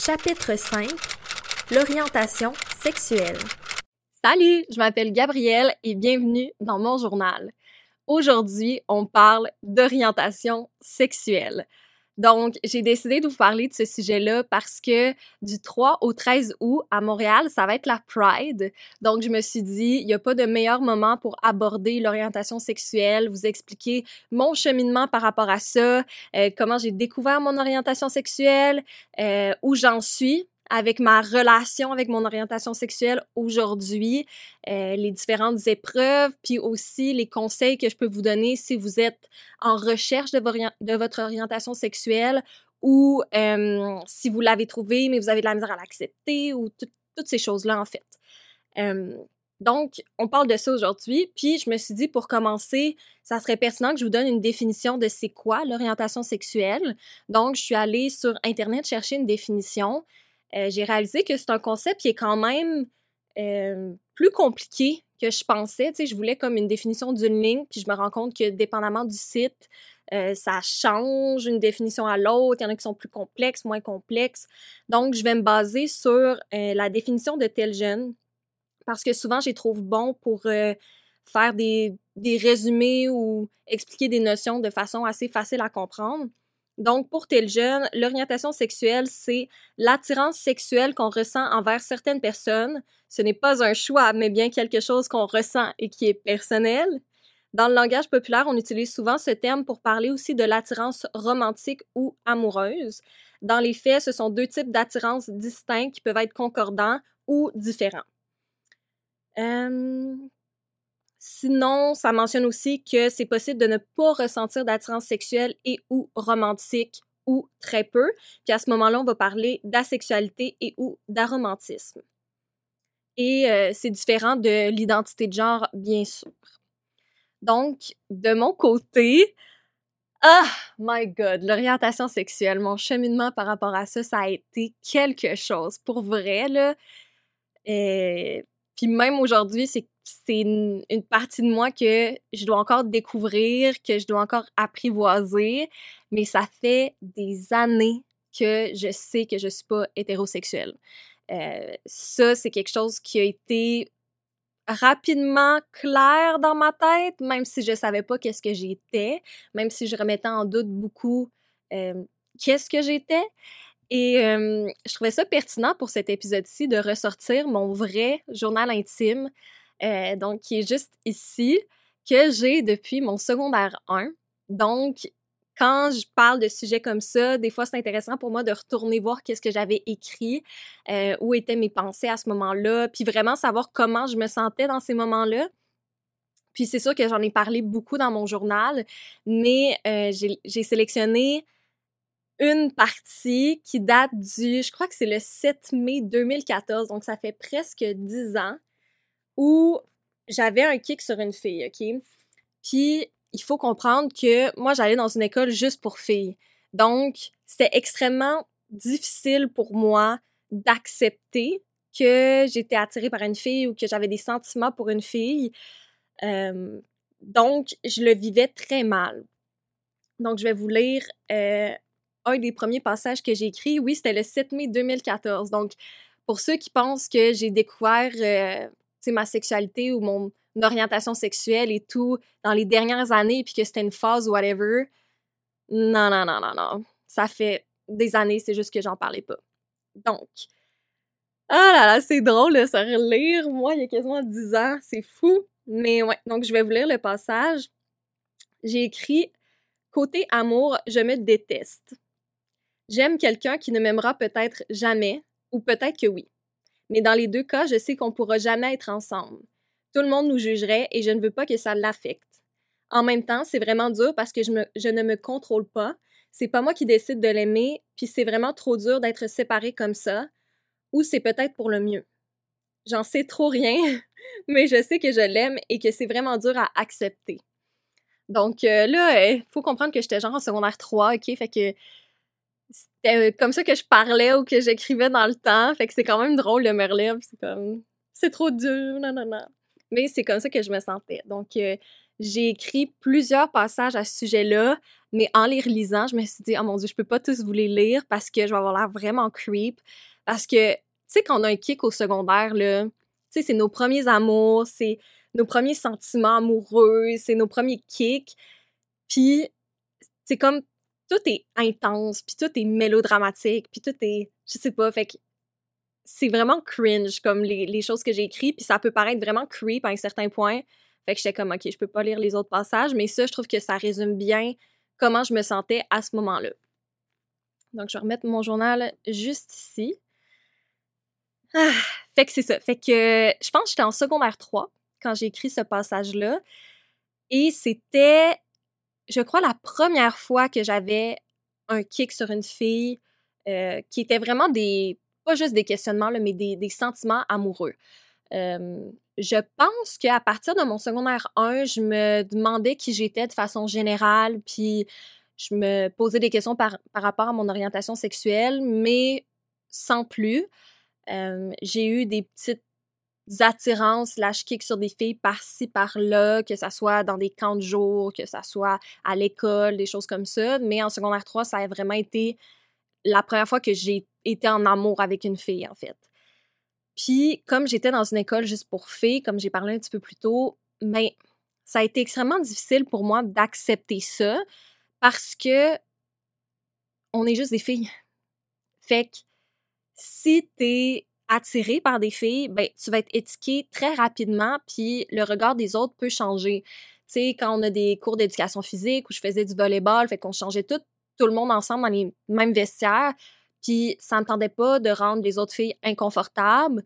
Chapitre 5. L'orientation sexuelle. Salut, je m'appelle Gabrielle et bienvenue dans mon journal. Aujourd'hui, on parle d'orientation sexuelle. Donc, j'ai décidé de vous parler de ce sujet-là parce que du 3 au 13 août, à Montréal, ça va être la Pride. Donc, je me suis dit, il n'y a pas de meilleur moment pour aborder l'orientation sexuelle, vous expliquer mon cheminement par rapport à ça, comment j'ai découvert mon orientation sexuelle, où j'en suis avec ma relation avec mon orientation sexuelle aujourd'hui, les différentes épreuves, puis aussi les conseils que je peux vous donner si vous êtes en recherche de votre orientation sexuelle ou si vous l'avez trouvée, mais vous avez de la misère à l'accepter ou toutes ces choses-là, en fait. Donc, on parle de ça aujourd'hui, puis je me suis dit, pour commencer, ça serait pertinent que je vous donne une définition de c'est quoi l'orientation sexuelle. Donc, je suis allée sur Internet chercher une définition. J'ai réalisé que c'est un concept qui est quand même plus compliqué que je pensais. Tu sais, je voulais comme une définition d'une ligne, puis je me rends compte que dépendamment du site, ça change une définition à l'autre. Il y en a qui sont plus complexes, moins complexes. Donc, je vais me baser sur la définition de Telgen, parce que souvent, je les trouve bons pour faire des résumés ou expliquer des notions de façon assez facile à comprendre. Donc, pour Telgen, l'orientation sexuelle, c'est l'attirance sexuelle qu'on ressent envers certaines personnes. Ce n'est pas un choix, mais bien quelque chose qu'on ressent et qui est personnel. Dans le langage populaire, on utilise souvent ce terme pour parler aussi de l'attirance romantique ou amoureuse. Dans les faits, ce sont deux types d'attirance distincts qui peuvent être concordants ou différents. Sinon, ça mentionne aussi que c'est possible de ne pas ressentir d'attirance sexuelle et ou romantique ou très peu. Puis à ce moment-là, on va parler d'asexualité et ou d'aromantisme. Et c'est différent de l'identité de genre, bien sûr. Donc, de mon côté, ah, my God, l'orientation sexuelle, mon cheminement par rapport à ça, ça a été quelque chose. Pour vrai, là. Puis même aujourd'hui, c'est une partie de moi que je dois encore découvrir, que je dois encore apprivoiser, mais ça fait des années que je sais que je suis pas hétérosexuelle. Ça, c'est quelque chose qui a été rapidement clair dans ma tête, même si je savais pas qu'est-ce que j'étais, même si je remettais en doute beaucoup qu'est-ce que j'étais. Et je trouvais ça pertinent pour cet épisode-ci de ressortir mon vrai journal intime, donc qui est juste ici, que j'ai depuis mon secondaire 1. Donc, quand je parle de sujets comme ça, des fois, c'est intéressant pour moi de retourner voir qu'est-ce que j'avais écrit, où étaient mes pensées à ce moment-là, puis vraiment savoir comment je me sentais dans ces moments-là. Puis c'est sûr que j'en ai parlé beaucoup dans mon journal, mais j'ai sélectionné une partie qui date je crois que c'est le 7 mai 2014, donc ça fait presque 10 ans, où j'avais un kick sur une fille, OK? Puis, il faut comprendre que moi, j'allais dans une école juste pour filles. Donc, c'était extrêmement difficile pour moi d'accepter que j'étais attirée par une fille ou que j'avais des sentiments pour une fille. Donc, je le vivais très mal. Donc, je vais vous lire un des premiers passages que j'ai écrit. Oui, c'était le 7 mai 2014. Donc, pour ceux qui pensent que j'ai découvert ma sexualité ou mon orientation sexuelle et tout dans les dernières années puis que c'était une phase ou whatever, non, non, non, non, non. Ça fait des années, c'est juste que j'en parlais pas. Donc, ah là là, c'est drôle de se relire. Moi, il y a quasiment 10 ans, c'est fou. Mais ouais, donc je vais vous lire le passage. J'ai écrit « Côté amour, je me déteste. J'aime quelqu'un qui ne m'aimera peut-être jamais, ou peut-être que oui. Mais dans les deux cas, je sais qu'on pourra jamais être ensemble. Tout le monde nous jugerait et je ne veux pas que ça l'affecte. En même temps, c'est vraiment dur parce que je ne me contrôle pas. C'est pas moi qui décide de l'aimer, puis c'est vraiment trop dur d'être séparée comme ça. Ou c'est peut-être pour le mieux. J'en sais trop rien, mais je sais que je l'aime et que c'est vraiment dur à accepter. » Donc là, faut comprendre que j'étais genre en secondaire 3, OK? Fait que c'était comme ça que je parlais ou que j'écrivais dans le temps. Fait que c'est quand même drôle de me relire. C'est comme, c'est trop dur, non, non, non. Mais c'est comme ça que je me sentais. Donc, j'ai écrit plusieurs passages à ce sujet-là, mais en les relisant, je me suis dit « Oh mon Dieu, je peux pas tous vous les lire parce que je vais avoir l'air vraiment creep. » Parce que, tu sais, quand on a un kick au secondaire, là, tu sais, c'est nos premiers amours, c'est nos premiers sentiments amoureux, c'est nos premiers kicks, puis c'est comme tout est intense, puis tout est mélodramatique, puis tout est, je sais pas, fait que c'est vraiment cringe comme les choses que j'ai écrites, puis ça peut paraître vraiment creep à un certain point. Fait que j'étais comme, OK, je peux pas lire les autres passages, mais ça, je trouve que ça résume bien comment je me sentais à ce moment-là. Donc, je vais remettre mon journal juste ici. Ah, fait que c'est ça. Fait que je pense que j'étais en secondaire 3 quand j'ai écrit ce passage-là. Et c'était, je crois, la première fois que j'avais un kick sur une fille qui était vraiment pas juste des questionnements, là, mais des sentiments amoureux. Je pense qu'à partir de mon secondaire 1, je me demandais qui j'étais de façon générale, puis je me posais des questions par rapport à mon orientation sexuelle, mais sans plus. J'ai eu des petites attirances /kicks sur des filles par-ci, par-là, que ça soit dans des camps de jour, que ça soit à l'école, des choses comme ça. Mais en secondaire 3, ça a vraiment été la première fois que j'ai été en amour avec une fille, en fait. Puis, comme j'étais dans une école juste pour filles, comme j'ai parlé un petit peu plus tôt, ben, ça a été extrêmement difficile pour moi d'accepter ça parce que on est juste des filles. Fait que si t'es attiré par des filles, ben, tu vas être étiqueté très rapidement, puis le regard des autres peut changer. Tu sais, quand on a des cours d'éducation physique où je faisais du volleyball, fait qu'on changeait tout le monde ensemble dans les mêmes vestiaires, puis ça me tentait pas de rendre les autres filles inconfortables.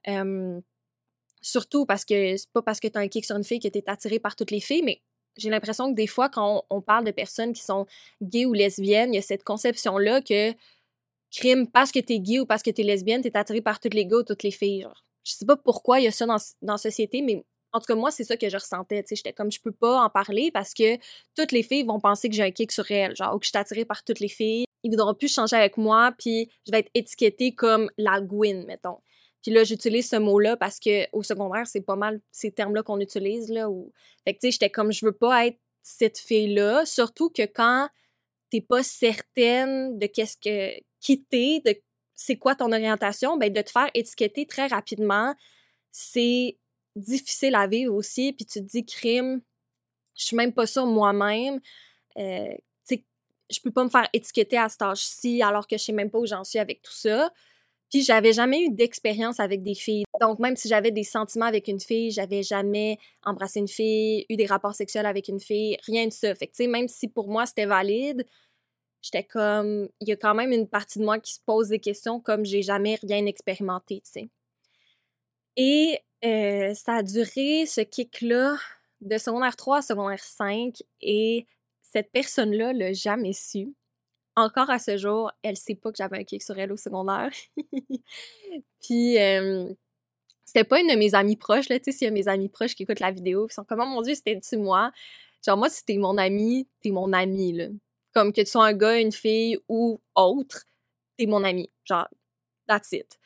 Surtout parce que c'est pas parce que t'as un kick sur une fille que t'es attiré par toutes les filles, mais j'ai l'impression que des fois, quand on parle de personnes qui sont gays ou lesbiennes, il y a cette conception-là que crime, parce que t'es gay ou parce que t'es lesbienne, t'es attiré par tous les gars ou toutes les filles. Genre. Je sais pas pourquoi il y a ça dans la société, mais en tout cas, moi, c'est ça que je ressentais. Tu sais, j'étais comme, je peux pas en parler parce que toutes les filles vont penser que j'ai un kick sur elles, genre, ou que je suis attirée par toutes les filles. Ils voudront plus changer avec moi, puis je vais être étiquetée comme la Gwyn, mettons. Puis là, j'utilise ce mot-là parce que au secondaire, c'est pas mal ces termes-là qu'on utilise, là. Fait que, tu sais, j'étais comme, je veux pas être cette fille-là, surtout que quand t'es pas certaine de qui t'es, de c'est quoi ton orientation, ben de te faire étiqueter très rapidement, c'est difficile à vivre aussi, puis tu te dis crime, je suis même pas sûre moi-même, tu sais, je peux pas me faire étiqueter à cet âge-ci alors que je sais même pas où j'en suis avec tout ça. Puis j'avais jamais eu d'expérience avec des filles. Donc même si j'avais des sentiments avec une fille, j'avais jamais embrassé une fille, eu des rapports sexuels avec une fille, rien de ça. Fait que tu sais, même si pour moi c'était valide, j'étais comme, il y a quand même une partie de moi qui se pose des questions comme j'ai jamais rien expérimenté, tu sais. Et ça a duré, ce kick-là, de secondaire 3 à secondaire 5, et cette personne-là l'a jamais su. Encore à ce jour, elle sait pas que j'avais un kick sur elle au secondaire. Puis, c'était pas une de mes amies proches, là, tu sais, s'il y a mes amis proches qui écoutent la vidéo, ils sont comme « Oh mon Dieu, c'était-tu moi? » Genre, moi, si t'es mon ami, là. Comme que tu sois un gars, une fille ou autre, t'es mon ami. Genre, that's it.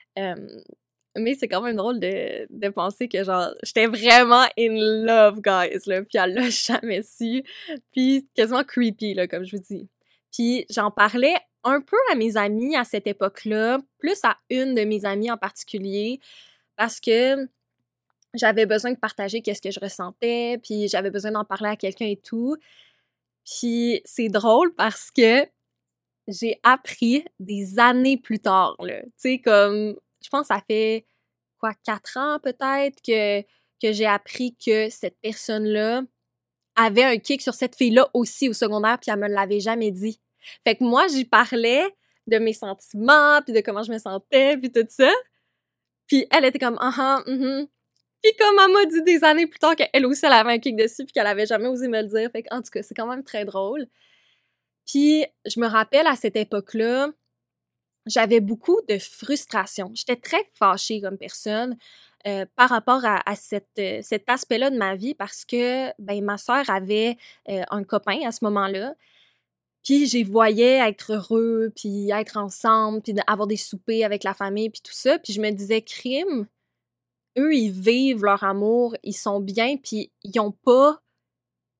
Mais c'est quand même drôle de penser que, genre, j'étais vraiment in love, guys, là, puis elle l'a jamais su. Puis quasiment creepy, là, comme je vous dis. Puis j'en parlais un peu à mes amis à cette époque-là, plus à une de mes amies en particulier, parce que j'avais besoin de partager qu'est-ce que je ressentais, puis j'avais besoin d'en parler à quelqu'un et tout. Puis c'est drôle parce que j'ai appris des années plus tard, là. Tu sais, comme, je pense que ça fait, 4 ans peut-être que j'ai appris que cette personne-là avait un kick sur cette fille-là aussi au secondaire, puis elle me l'avait jamais dit. Fait que moi, j'y parlais de mes sentiments, puis de comment je me sentais, puis tout ça. Puis elle était comme « Ah, Puis comme elle m'a dit des années plus tard qu'elle aussi, elle avait un kick dessus, puis qu'elle avait jamais osé me le dire. Fait que, en tout cas, c'est quand même très drôle. Puis je me rappelle, à cette époque-là, j'avais beaucoup de frustration. J'étais très fâchée comme personne par rapport à cet aspect-là de ma vie parce que ben ma sœur avait un copain à ce moment-là. Puis j'y voyais être heureux, puis être ensemble, puis avoir des soupers avec la famille, puis tout ça. Puis je me disais, crime, eux, ils vivent leur amour, ils sont bien, puis ils ont pas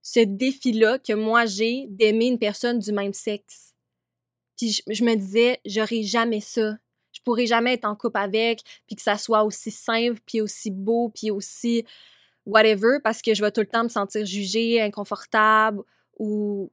ce défi-là que moi j'ai d'aimer une personne du même sexe. Puis je me disais, j'aurais jamais ça. Je pourrais jamais être en couple avec, puis que ça soit aussi simple, puis aussi beau, puis aussi whatever, parce que je vais tout le temps me sentir jugée, inconfortable, ou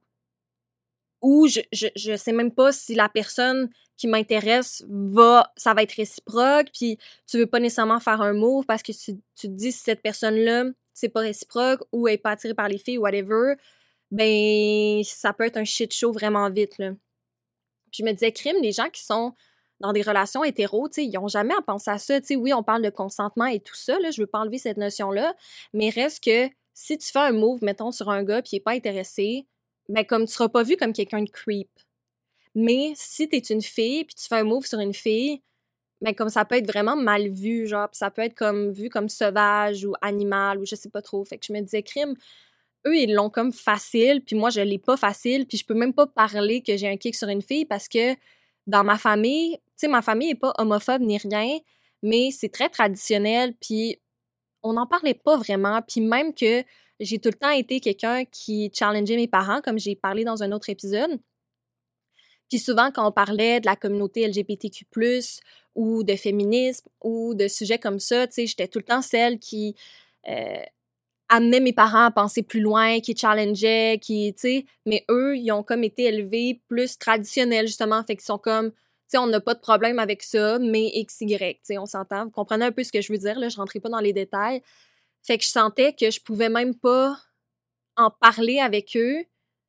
je sais même pas si la personne qui m'intéresse ça va être réciproque, puis tu veux pas nécessairement faire un move parce que tu te dis si cette personne-là, c'est pas réciproque ou elle est pas attirée par les filles, whatever, ben ça peut être un shit show vraiment vite, là. Puis je me disais, crime, les gens qui sont dans des relations hétéros, tu sais, ils ont jamais à penser à ça. Tu sais, oui, on parle de consentement et tout ça, là, je veux pas enlever cette notion-là, mais reste que si tu fais un move, mettons, sur un gars puis il est pas intéressé, ben comme tu seras pas vu comme quelqu'un de creep. Mais si t'es une fille puis tu fais un move sur une fille, ben comme ça peut être vraiment mal vu, genre, pis ça peut être comme vu comme sauvage ou animal ou je sais pas trop. Fait que je me disais, crime, eux, ils l'ont comme facile, puis moi, je l'ai pas facile, puis je peux même pas parler que j'ai un kick sur une fille parce que dans ma famille, tu sais, ma famille est pas homophobe ni rien, mais c'est très traditionnel, puis on n'en parlait pas vraiment, puis même que j'ai tout le temps été quelqu'un qui challengeait mes parents, comme j'ai parlé dans un autre épisode. Puis souvent, quand on parlait de la communauté LGBTQ+, ou de féminisme, ou de sujets comme ça, tu sais, j'étais tout le temps celle qui euh, amenait mes parents à penser plus loin, qui challengeait, qui, tu sais, mais eux, ils ont comme été élevés plus traditionnels, justement, fait qu'ils sont comme, tu sais, on n'a pas de problème avec ça, mais XY, tu sais, on s'entend. Vous comprenez un peu ce que je veux dire, là, je rentrais pas dans les détails. Fait que je sentais que je pouvais même pas en parler avec eux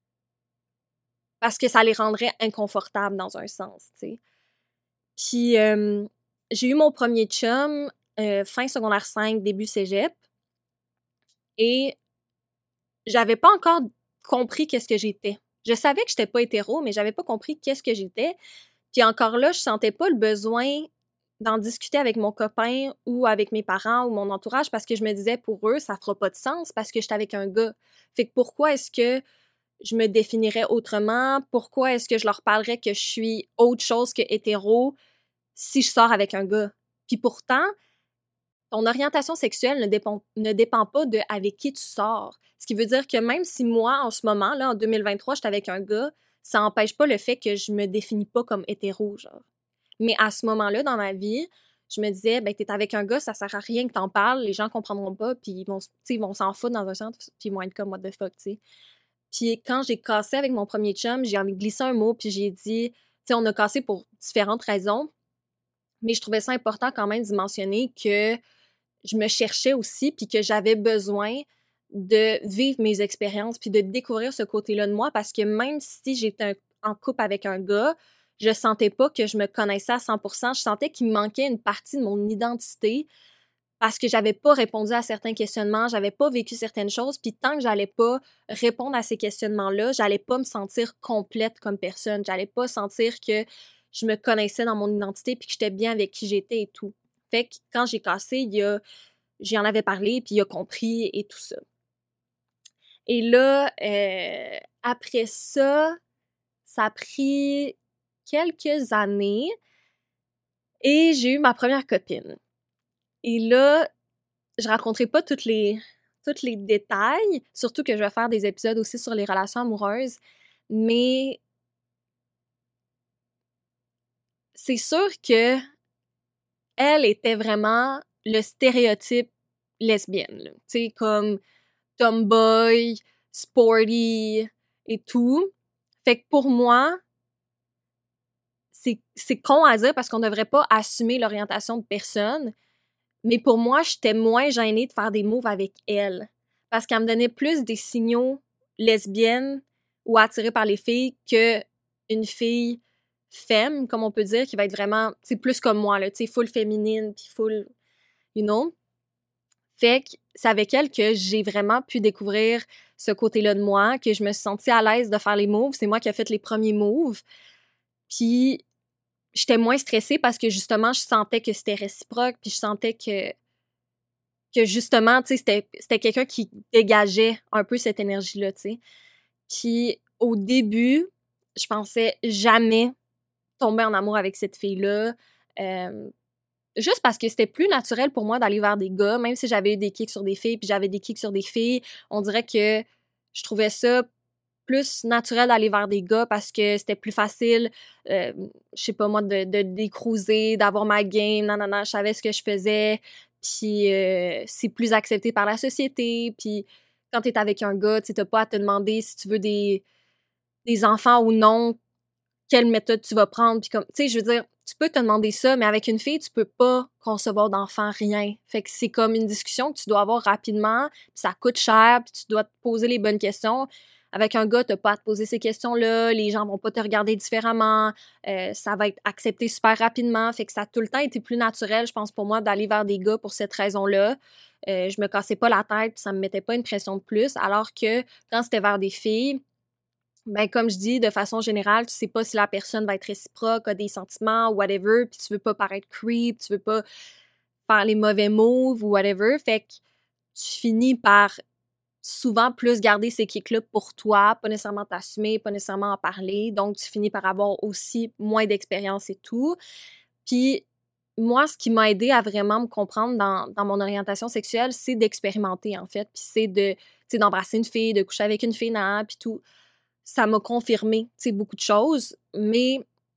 parce que ça les rendrait inconfortables dans un sens, tu sais. Puis j'ai eu mon premier chum fin secondaire 5, début cégep, et j'avais pas encore compris qu'est-ce que j'étais. Je savais que j'étais pas hétéro, mais j'avais pas compris qu'est-ce que j'étais. Puis encore là, je sentais pas le besoin d'en discuter avec mon copain ou avec mes parents ou mon entourage parce que je me disais, pour eux, ça fera pas de sens parce que j'étais avec un gars. Fait que pourquoi est-ce que je me définirais autrement? Pourquoi est-ce que je leur parlerais que je suis autre chose que hétéro si je sors avec un gars? Puis pourtant, ton orientation sexuelle ne dépend pas de avec qui tu sors. Ce qui veut dire que même si moi, en ce moment, là, en 2023, j'étais avec un gars, ça n'empêche pas le fait que je me définis pas comme hétéro, genre. Mais à ce moment-là, dans ma vie, je me disais, ben, t'es avec un gars, ça sert à rien que t'en parles, les gens comprendront pas, puis ils vont s'en foutre dans un sens, puis ils vont être comme, what the fuck, tu sais. Puis quand j'ai cassé avec mon premier chum, j'ai envie de glisser un mot, puis j'ai dit, tu sais, on a cassé pour différentes raisons, mais je trouvais ça important quand même d'y mentionner que je me cherchais aussi, puis que j'avais besoin de vivre mes expériences, puis de découvrir ce côté-là de moi, parce que même si j'étais en couple avec un gars, je sentais pas que je me connaissais à 100%. Je sentais qu'il me manquait une partie de mon identité parce que j'avais pas répondu à certains questionnements, j'avais pas vécu certaines choses, puis tant que j'allais pas répondre à ces questionnements-là, j'allais pas me sentir complète comme personne, j'allais pas sentir que je me connaissais dans mon identité puis que j'étais bien avec qui j'étais et tout. Fait que quand j'ai cassé, j'en avais parlé puis il a compris et tout ça. Et là, après ça, ça a pris quelques années et j'ai eu ma première copine. Et là, je raconterai pas toutes les détails, surtout que je vais faire des épisodes aussi sur les relations amoureuses, mais c'est sûr que elle était vraiment le stéréotype lesbienne, là. Tu sais, comme tomboy, sporty et tout. Fait que pour moi, c'est con à dire parce qu'on devrait pas assumer l'orientation de personne, mais pour moi, j'étais moins gênée de faire des moves avec elle. Parce qu'elle me donnait plus des signaux lesbiennes ou attirée par les filles que une fille femme, comme on peut dire, qui va être vraiment, tu sais, plus comme moi, là, tu sais, full féminine, puis full, you know. Fait que c'est avec elle que j'ai vraiment pu découvrir ce côté-là de moi, que je me suis sentie à l'aise de faire les moves. C'est moi qui ai fait les premiers moves. Puis j'étais moins stressée parce que justement, je sentais que c'était réciproque, puis je sentais que justement, tu sais, c'était quelqu'un qui dégageait un peu cette énergie-là, tu sais. Puis au début, je pensais jamais tomber en amour avec cette fille-là. Juste parce que c'était plus naturel pour moi d'aller vers des gars, même si j'avais eu des kicks sur des filles, puis j'avais des kicks sur des filles, on dirait que je trouvais ça plus naturel d'aller vers des gars parce que c'était plus facile, je sais pas moi, de décruiser, d'avoir ma game, nanana, je savais ce que je faisais, puis c'est plus accepté par la société, puis quand t'es avec un gars, tu sais, t'as pas à te demander si tu veux des enfants ou non, quelle méthode tu vas prendre, puis comme, tu sais, je veux dire, tu peux te demander ça, mais avec une fille, tu peux pas concevoir d'enfant, rien. Fait que c'est comme une discussion que tu dois avoir rapidement, puis ça coûte cher, puis tu dois te poser les bonnes questions. Avec un gars, t'as pas à te poser ces questions-là, les gens vont pas te regarder différemment, ça va être accepté super rapidement, fait que ça a tout le temps été plus naturel, je pense, pour moi, d'aller vers des gars pour cette raison-là. Je me cassais pas la tête, puis ça me mettait pas une pression de plus, alors que quand c'était vers des filles, ben, comme je dis, de façon générale, tu sais pas si la personne va être réciproque, a des sentiments, whatever, puis tu veux pas paraître creep, tu veux pas faire les mauvais moves ou whatever. Fait que tu finis par souvent plus garder ces kicks-là pour toi, pas nécessairement t'assumer, pas nécessairement en parler. Donc, tu finis par avoir aussi moins d'expérience et tout. Puis, moi, ce qui m'a aidé à vraiment me comprendre dans mon orientation sexuelle, c'est d'expérimenter, en fait. Puis c'est de, tu sais, d'embrasser une fille, de coucher avec une fille, puis tout. Ça m'a confirmé, tu sais, beaucoup de choses, mais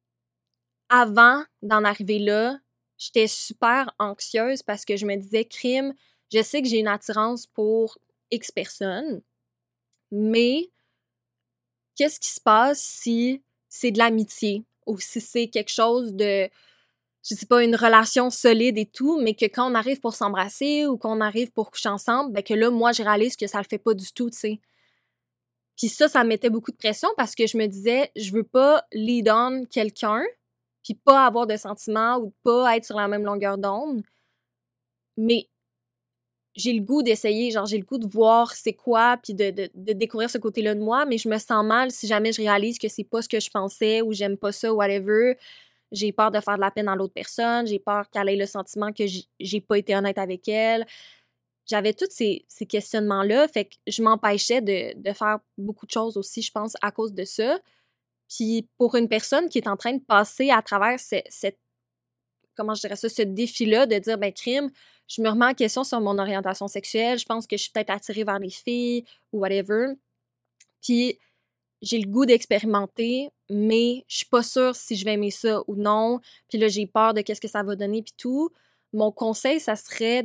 avant d'en arriver là, j'étais super anxieuse parce que je me disais: «Crime, je sais que j'ai une attirance pour X personnes, mais qu'est-ce qui se passe si c'est de l'amitié ou si c'est quelque chose de, je sais pas, une relation solide et tout, mais que quand on arrive pour s'embrasser ou qu'on arrive pour coucher ensemble, ben que là, moi, je réalise que ça le fait pas du tout, tu sais.» Puis ça me mettait beaucoup de pression parce que je me disais, je veux pas lead on quelqu'un, puis pas avoir de sentiments ou pas être sur la même longueur d'onde, mais j'ai le goût d'essayer, genre j'ai le goût de voir c'est quoi, puis de découvrir ce côté-là de moi, mais je me sens mal si jamais je réalise que c'est pas ce que je pensais ou j'aime pas ça, whatever. J'ai peur de faire de la peine à l'autre personne, j'ai peur qu'elle ait le sentiment que j'ai pas été honnête avec elle. J'avais tous ces questionnements-là, fait que je m'empêchais de faire beaucoup de choses aussi, je pense, à cause de ça. Puis pour une personne qui est en train de passer à travers cette, comment je dirais ça, ce défi-là de dire, ben crime, je me remets en question sur mon orientation sexuelle, je pense que je suis peut-être attirée vers les filles ou whatever. Puis j'ai le goût d'expérimenter, mais je suis pas sûre si je vais aimer ça ou non. Puis là, j'ai peur de qu'est-ce que ça va donner puis tout. Mon conseil, ça serait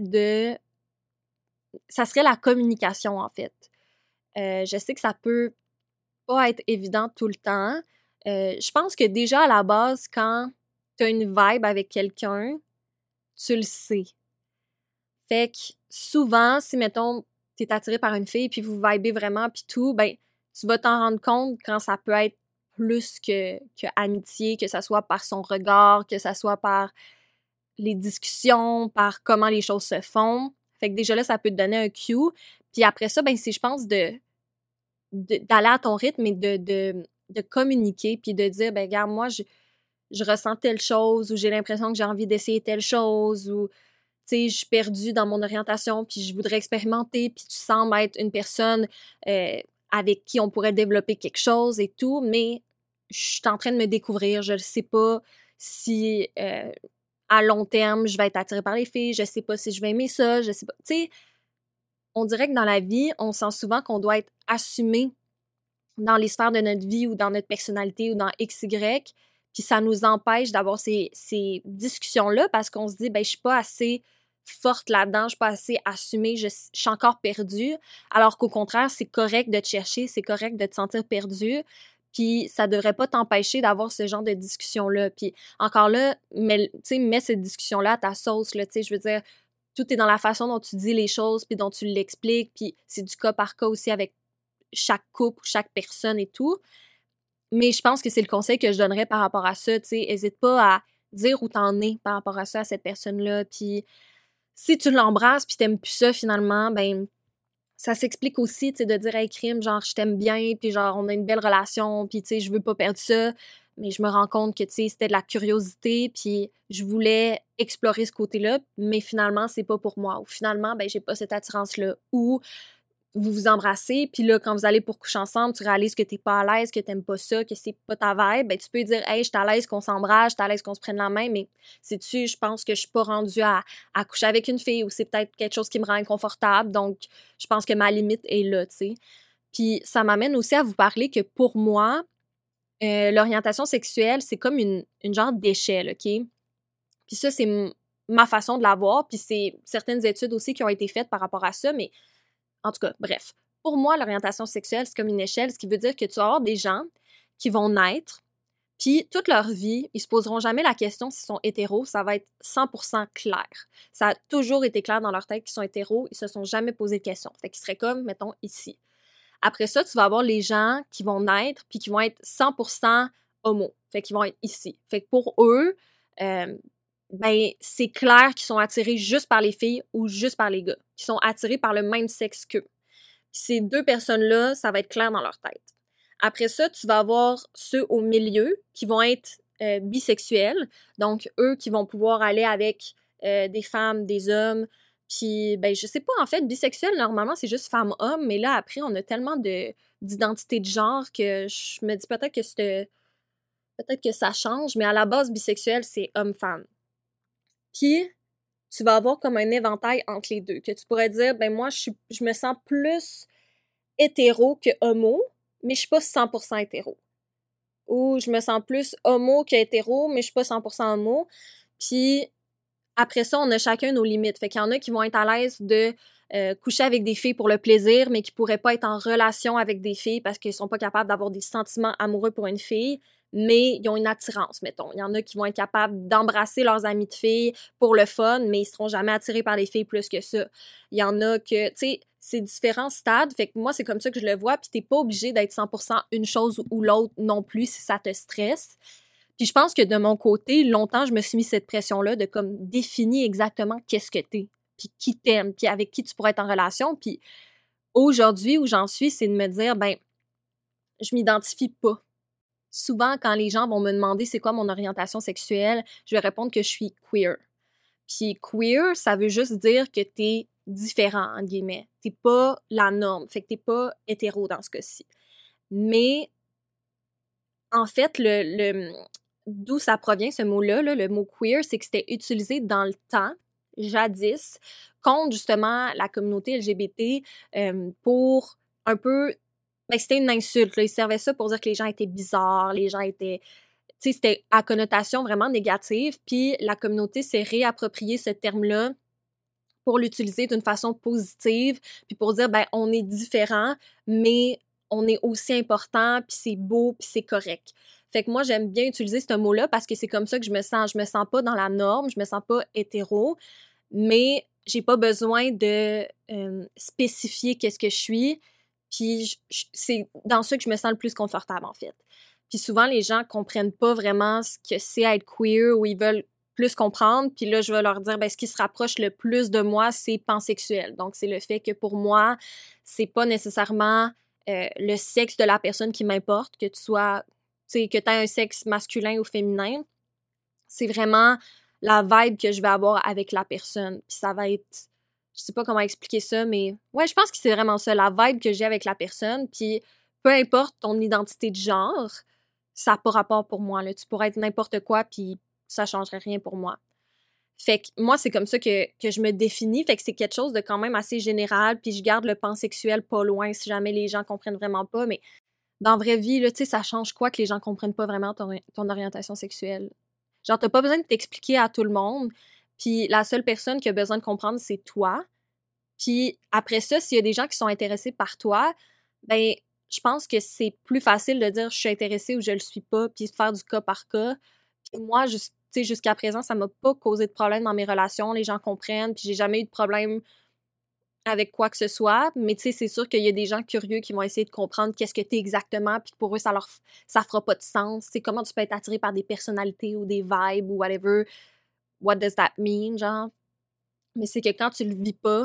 la communication, en fait. Je sais que ça peut pas être évident tout le temps. Je pense que déjà, à la base, quand t'as une vibe avec quelqu'un, tu le sais. Fait que souvent, si, mettons, t'es attiré par une fille puis vous vibez vraiment puis tout, ben, tu vas t'en rendre compte quand ça peut être plus que amitié, que ça soit par son regard, que ça soit par les discussions, par comment les choses se font. Fait que déjà là, ça peut te donner un cue. Puis après ça, ben c'est, je pense, d'aller à ton rythme et de communiquer, puis de dire, ben regarde, moi, je ressens telle chose, ou j'ai l'impression que j'ai envie d'essayer telle chose, ou, tu sais, je suis perdue dans mon orientation, puis je voudrais expérimenter, puis tu sembles être une personne avec qui on pourrait développer quelque chose et tout, mais je suis en train de me découvrir, je ne sais pas si à long terme, je vais être attirée par les filles, je sais pas si je vais aimer ça, je sais pas, tu sais, on dirait que dans la vie, on sent souvent qu'on doit être assumé dans les sphères de notre vie ou dans notre personnalité ou dans XY, puis ça nous empêche d'avoir ces discussions-là parce qu'on se dit, ben, je suis pas assez forte là-dedans, je suis pas assez assumée, je suis encore perdue, alors qu'au contraire, c'est correct de te chercher, c'est correct de te sentir perdue, puis ça devrait pas t'empêcher d'avoir ce genre de discussion-là. Puis encore là, tu sais, mets cette discussion-là à ta sauce, là, tu sais, je veux dire, tout est dans la façon dont tu dis les choses, puis dont tu l'expliques, puis c'est du cas par cas aussi avec chaque couple, chaque personne et tout. Mais je pense que c'est le conseil que je donnerais par rapport à ça, tu sais. Hésite pas à dire où t'en es par rapport à ça, à cette personne-là. Puis si tu l'embrasses puis t'aimes plus ça finalement, ben ça s'explique aussi, tu sais, de dire hey, crime, genre je t'aime bien, puis genre on a une belle relation, puis tu sais, je veux pas perdre ça. Mais je me rends compte que, tu sais, c'était de la curiosité, puis je voulais explorer ce côté-là, mais finalement, c'est pas pour moi. Ou finalement, ben j'ai pas cette attirance-là. Ou vous vous embrassez, puis là, quand vous allez pour coucher ensemble, tu réalises que t'es pas à l'aise, que t'aimes pas ça, que c'est pas ta vibe, ben tu peux dire « Hey, je suis à l'aise qu'on s'embrasse, je suis à l'aise qu'on se prenne la main, mais sais-tu, je pense que je suis pas rendue à coucher avec une fille ou c'est peut-être quelque chose qui me rend inconfortable, donc je pense que ma limite est là, tu sais. » Puis ça m'amène aussi à vous parler que pour moi, l'orientation sexuelle, c'est comme une genre d'échelle, OK? Puis ça, c'est ma façon de la voir, puis c'est certaines études aussi qui ont été faites par rapport à ça, mais en tout cas, bref. Pour moi, l'orientation sexuelle, c'est comme une échelle, ce qui veut dire que tu vas avoir des gens qui vont naître, puis toute leur vie, ils se poseront jamais la question s'ils sont hétéros, ça va être 100% clair. Ça a toujours été clair dans leur tête qu'ils sont hétéros, ils se sont jamais posé de questions. Fait qu'ils seraient comme, mettons, ici. Après ça, tu vas avoir les gens qui vont naître puis qui vont être 100% homo. Fait qu'ils vont être ici. Fait que pour eux, ben c'est clair qu'ils sont attirés juste par les filles ou juste par les gars. Qu'ils sont attirés par le même sexe qu'eux. Ces deux personnes-là, ça va être clair dans leur tête. Après ça, tu vas avoir ceux au milieu qui vont être bisexuels. Donc, eux qui vont pouvoir aller avec des femmes, des hommes. Puis, ben, je sais pas, en fait, bisexuel, normalement, c'est juste femme-homme. Mais là, après, on a tellement d'identité de genre que je me dis peut-être que ça change. Mais à la base, bisexuel, c'est homme-femme. Puis, tu vas avoir comme un éventail entre les deux. Que tu pourrais dire, ben moi, je me sens plus hétéro que homo, mais je suis pas 100% hétéro. Ou je me sens plus homo que hétéro, mais je suis pas 100% homo. Puis après ça, on a chacun nos limites. Fait qu'il y en a qui vont être à l'aise de coucher avec des filles pour le plaisir, mais qui pourraient pas être en relation avec des filles parce qu'ils sont pas capables d'avoir des sentiments amoureux pour une fille, mais ils ont une attirance, mettons. Il y en a qui vont être capables d'embrasser leurs amis de filles pour le fun, mais ils seront jamais attirés par les filles plus que ça. Il y en a que, tu sais, c'est différents stades. Fait que moi, c'est comme ça que je le vois, puis t'es pas obligé d'être 100% une chose ou l'autre non plus si ça te stresse. Puis je pense que de mon côté, longtemps, je me suis mis cette pression-là de comme définir exactement qu'est-ce que t'es, puis qui t'aime, puis avec qui tu pourrais être en relation. Puis aujourd'hui, où j'en suis, c'est de me dire, ben, je m'identifie pas. Souvent, quand les gens vont me demander c'est quoi mon orientation sexuelle, je vais répondre que je suis queer. Puis queer, ça veut juste dire que t'es différent, entre guillemets. T'es pas la norme, fait que t'es pas hétéro dans ce cas-ci. Mais en fait, d'où ça provient, ce mot-là, là, le mot queer, c'est que c'était utilisé dans le temps, jadis, contre justement la communauté LGBT pour un peu... Ben, c'était une insulte, là. Ils servaient ça pour dire que les gens étaient bizarres, les gens étaient... Tu sais, c'était à connotation vraiment négative, puis la communauté s'est réapproprié ce terme-là pour l'utiliser d'une façon positive, puis pour dire, ben, on est différent, mais on est aussi important, puis c'est beau, puis c'est correct. Fait que moi, j'aime bien utiliser ce mot-là parce que c'est comme ça que je me sens. Je me sens pas dans la norme, je me sens pas hétéro, mais j'ai pas besoin de spécifier qu'est-ce que je suis, puis c'est dans ça que je me sens le plus confortable, en fait. Puis souvent, les gens comprennent pas vraiment ce que c'est être queer ou ils veulent plus comprendre. Puis là, je vais leur dire, ben, ce qui se rapproche le plus de moi, c'est pansexuel. Donc, c'est le fait que pour moi, c'est pas nécessairement le sexe de la personne qui m'importe, que tu sois, tu sais, que tu aies un sexe masculin ou féminin. C'est vraiment la vibe que je vais avoir avec la personne. Puis ça va être, je sais pas comment expliquer ça, mais ouais, je pense que c'est vraiment ça, la vibe que j'ai avec la personne. Puis peu importe ton identité de genre, ça n'a pas rapport pour moi, là. Tu pourrais être n'importe quoi, puis ça changerait rien pour moi. Fait que moi, c'est comme ça que je me définis. Fait que c'est quelque chose de quand même assez général, puis je garde le pansexuel pas loin si jamais les gens comprennent vraiment pas. Mais dans la vraie vie, là, tu sais, ça change quoi que les gens comprennent pas vraiment ton orientation sexuelle? Genre, t'as pas besoin de t'expliquer à tout le monde, puis la seule personne qui a besoin de comprendre, c'est toi. Puis après ça, s'il y a des gens qui sont intéressés par toi, ben je pense que c'est plus facile de dire je suis intéressée ou je le suis pas, puis de faire du cas par cas. Puis moi, tu sais, jusqu'à présent, ça m'a pas causé de problème dans mes relations. Les gens comprennent, puis j'ai jamais eu de problème avec quoi que ce soit. Mais tu sais, c'est sûr qu'il y a des gens curieux qui vont essayer de comprendre qu'est-ce que t'es exactement, puis pour eux, ça fera pas de sens. C'est comment tu peux être attiré par des personnalités ou des vibes ou whatever. What does that mean, genre? Mais c'est que quand tu le vis pas,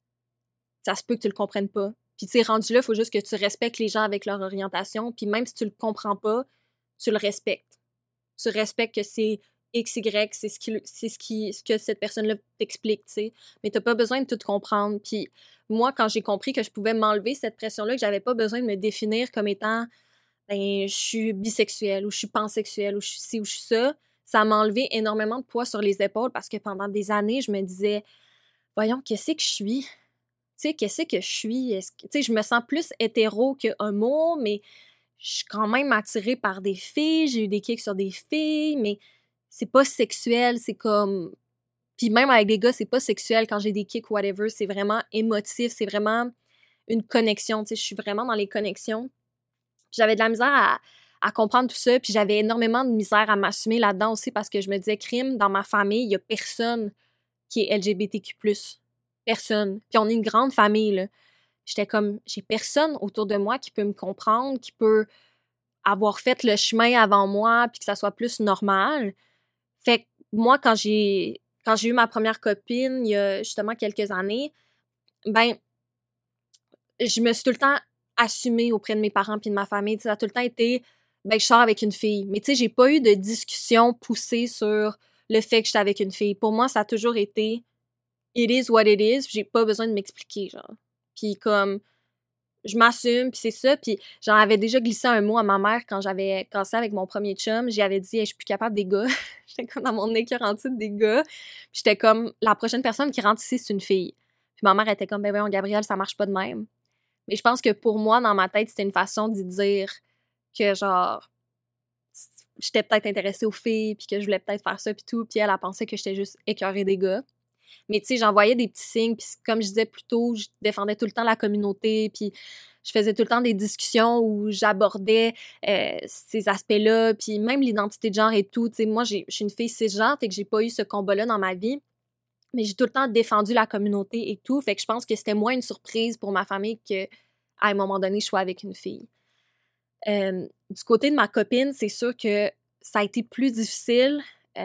ça se peut que tu le comprennes pas. Puis tu sais, rendu là, il faut juste que tu respectes les gens avec leur orientation, puis même si tu le comprends pas, tu le respectes. Tu respectes que c'est XY, c'est ce que cette personne-là t'explique, tu sais. Mais t'as pas besoin de tout comprendre. Puis moi, quand j'ai compris que je pouvais m'enlever cette pression-là, que j'avais pas besoin de me définir comme étant ben, je suis bisexuelle ou je suis pansexuelle ou je suis ci ou je suis ça, ça m'a enlevé énormément de poids sur les épaules parce que pendant des années, je me disais, voyons, qu'est-ce que je suis? Tu sais, qu'est-ce que je suis? Tu sais, je me sens plus hétéro que homo, mais je suis quand même attirée par des filles, j'ai eu des kicks sur des filles, mais c'est pas sexuel, c'est comme... Puis même avec des gars, c'est pas sexuel quand j'ai des kicks ou whatever, c'est vraiment émotif, c'est vraiment une connexion, tu sais, je suis vraiment dans les connexions. Puis j'avais de la misère à comprendre tout ça, puis j'avais énormément de misère à m'assumer là-dedans aussi parce que je me disais, crime, dans ma famille, il y a personne qui est LGBTQ+. Personne. Puis on est une grande famille, là. J'étais comme, j'ai personne autour de moi qui peut me comprendre, qui peut avoir fait le chemin avant moi, puis que ça soit plus normal. Fait que moi, quand j'ai eu ma première copine, il y a justement quelques années, ben, je me suis tout le temps assumée auprès de mes parents puis de ma famille. T'sais, ça a tout le temps été, ben, je sors avec une fille. Mais tu sais, j'ai pas eu de discussion poussée sur le fait que j'étais avec une fille. Pour moi, ça a toujours été it is what it is, j'ai pas besoin de m'expliquer, genre. Puis comme, je m'assume, puis c'est ça. Puis j'en avais déjà glissé un mot à ma mère quand j'avais cassé avec mon premier chum. J'y avais dit, hey, je suis plus capable des gars. J'étais comme dans mon écœur en titre des gars. Puis j'étais comme, la prochaine personne qui rentre ici, c'est une fille. Puis ma mère était comme, ben voyons, Gabrielle, ça marche pas de même. Mais je pense que pour moi, dans ma tête, c'était une façon d'y dire que, genre, j'étais peut-être intéressée aux filles, puis que je voulais peut-être faire ça, puis tout. Puis elle a pensé que j'étais juste écœurée des gars. Mais tu sais, j'envoyais des petits signes, puis comme je disais plus tôt, je défendais tout le temps la communauté, puis je faisais tout le temps des discussions où j'abordais ces aspects-là, puis même l'identité de genre et tout. Tu sais, moi, je suis une fille cisgenre, fait que j'ai pas eu ce combat-là dans ma vie, mais j'ai tout le temps défendu la communauté et tout, fait que je pense que c'était moins une surprise pour ma famille que à un moment donné, je sois avec une fille. Du côté de ma copine, c'est sûr que ça a été plus difficile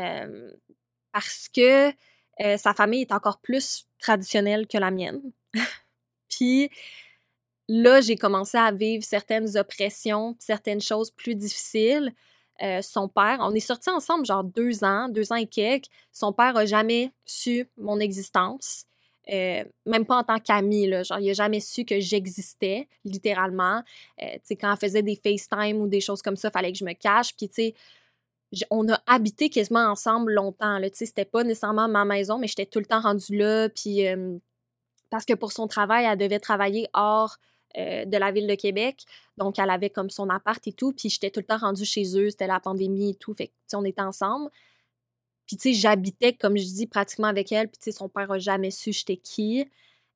parce que sa famille est encore plus traditionnelle que la mienne. Puis là, j'ai commencé à vivre certaines oppressions, certaines choses plus difficiles. Son père, on est sortis ensemble genre 2 ans et quelques. Son père a jamais su mon existence. Même pas en tant qu'ami, là. Genre, il a jamais su que j'existais, littéralement. Tu sais, quand elle faisait des FaceTime ou des choses comme ça, fallait que je me cache. Puis, tu sais, on a habité quasiment ensemble longtemps, là. Tu sais, c'était pas nécessairement ma maison, mais j'étais tout le temps rendue là. Puis, parce que pour son travail, elle devait travailler hors de la ville de Québec. Donc, elle avait comme son appart et tout. Puis, j'étais tout le temps rendue chez eux. C'était la pandémie et tout. Fait que, tu sais, on était ensemble. Puis, tu sais, j'habitais, comme je dis, pratiquement avec elle. Puis, tu sais, son père a jamais su j'étais qui.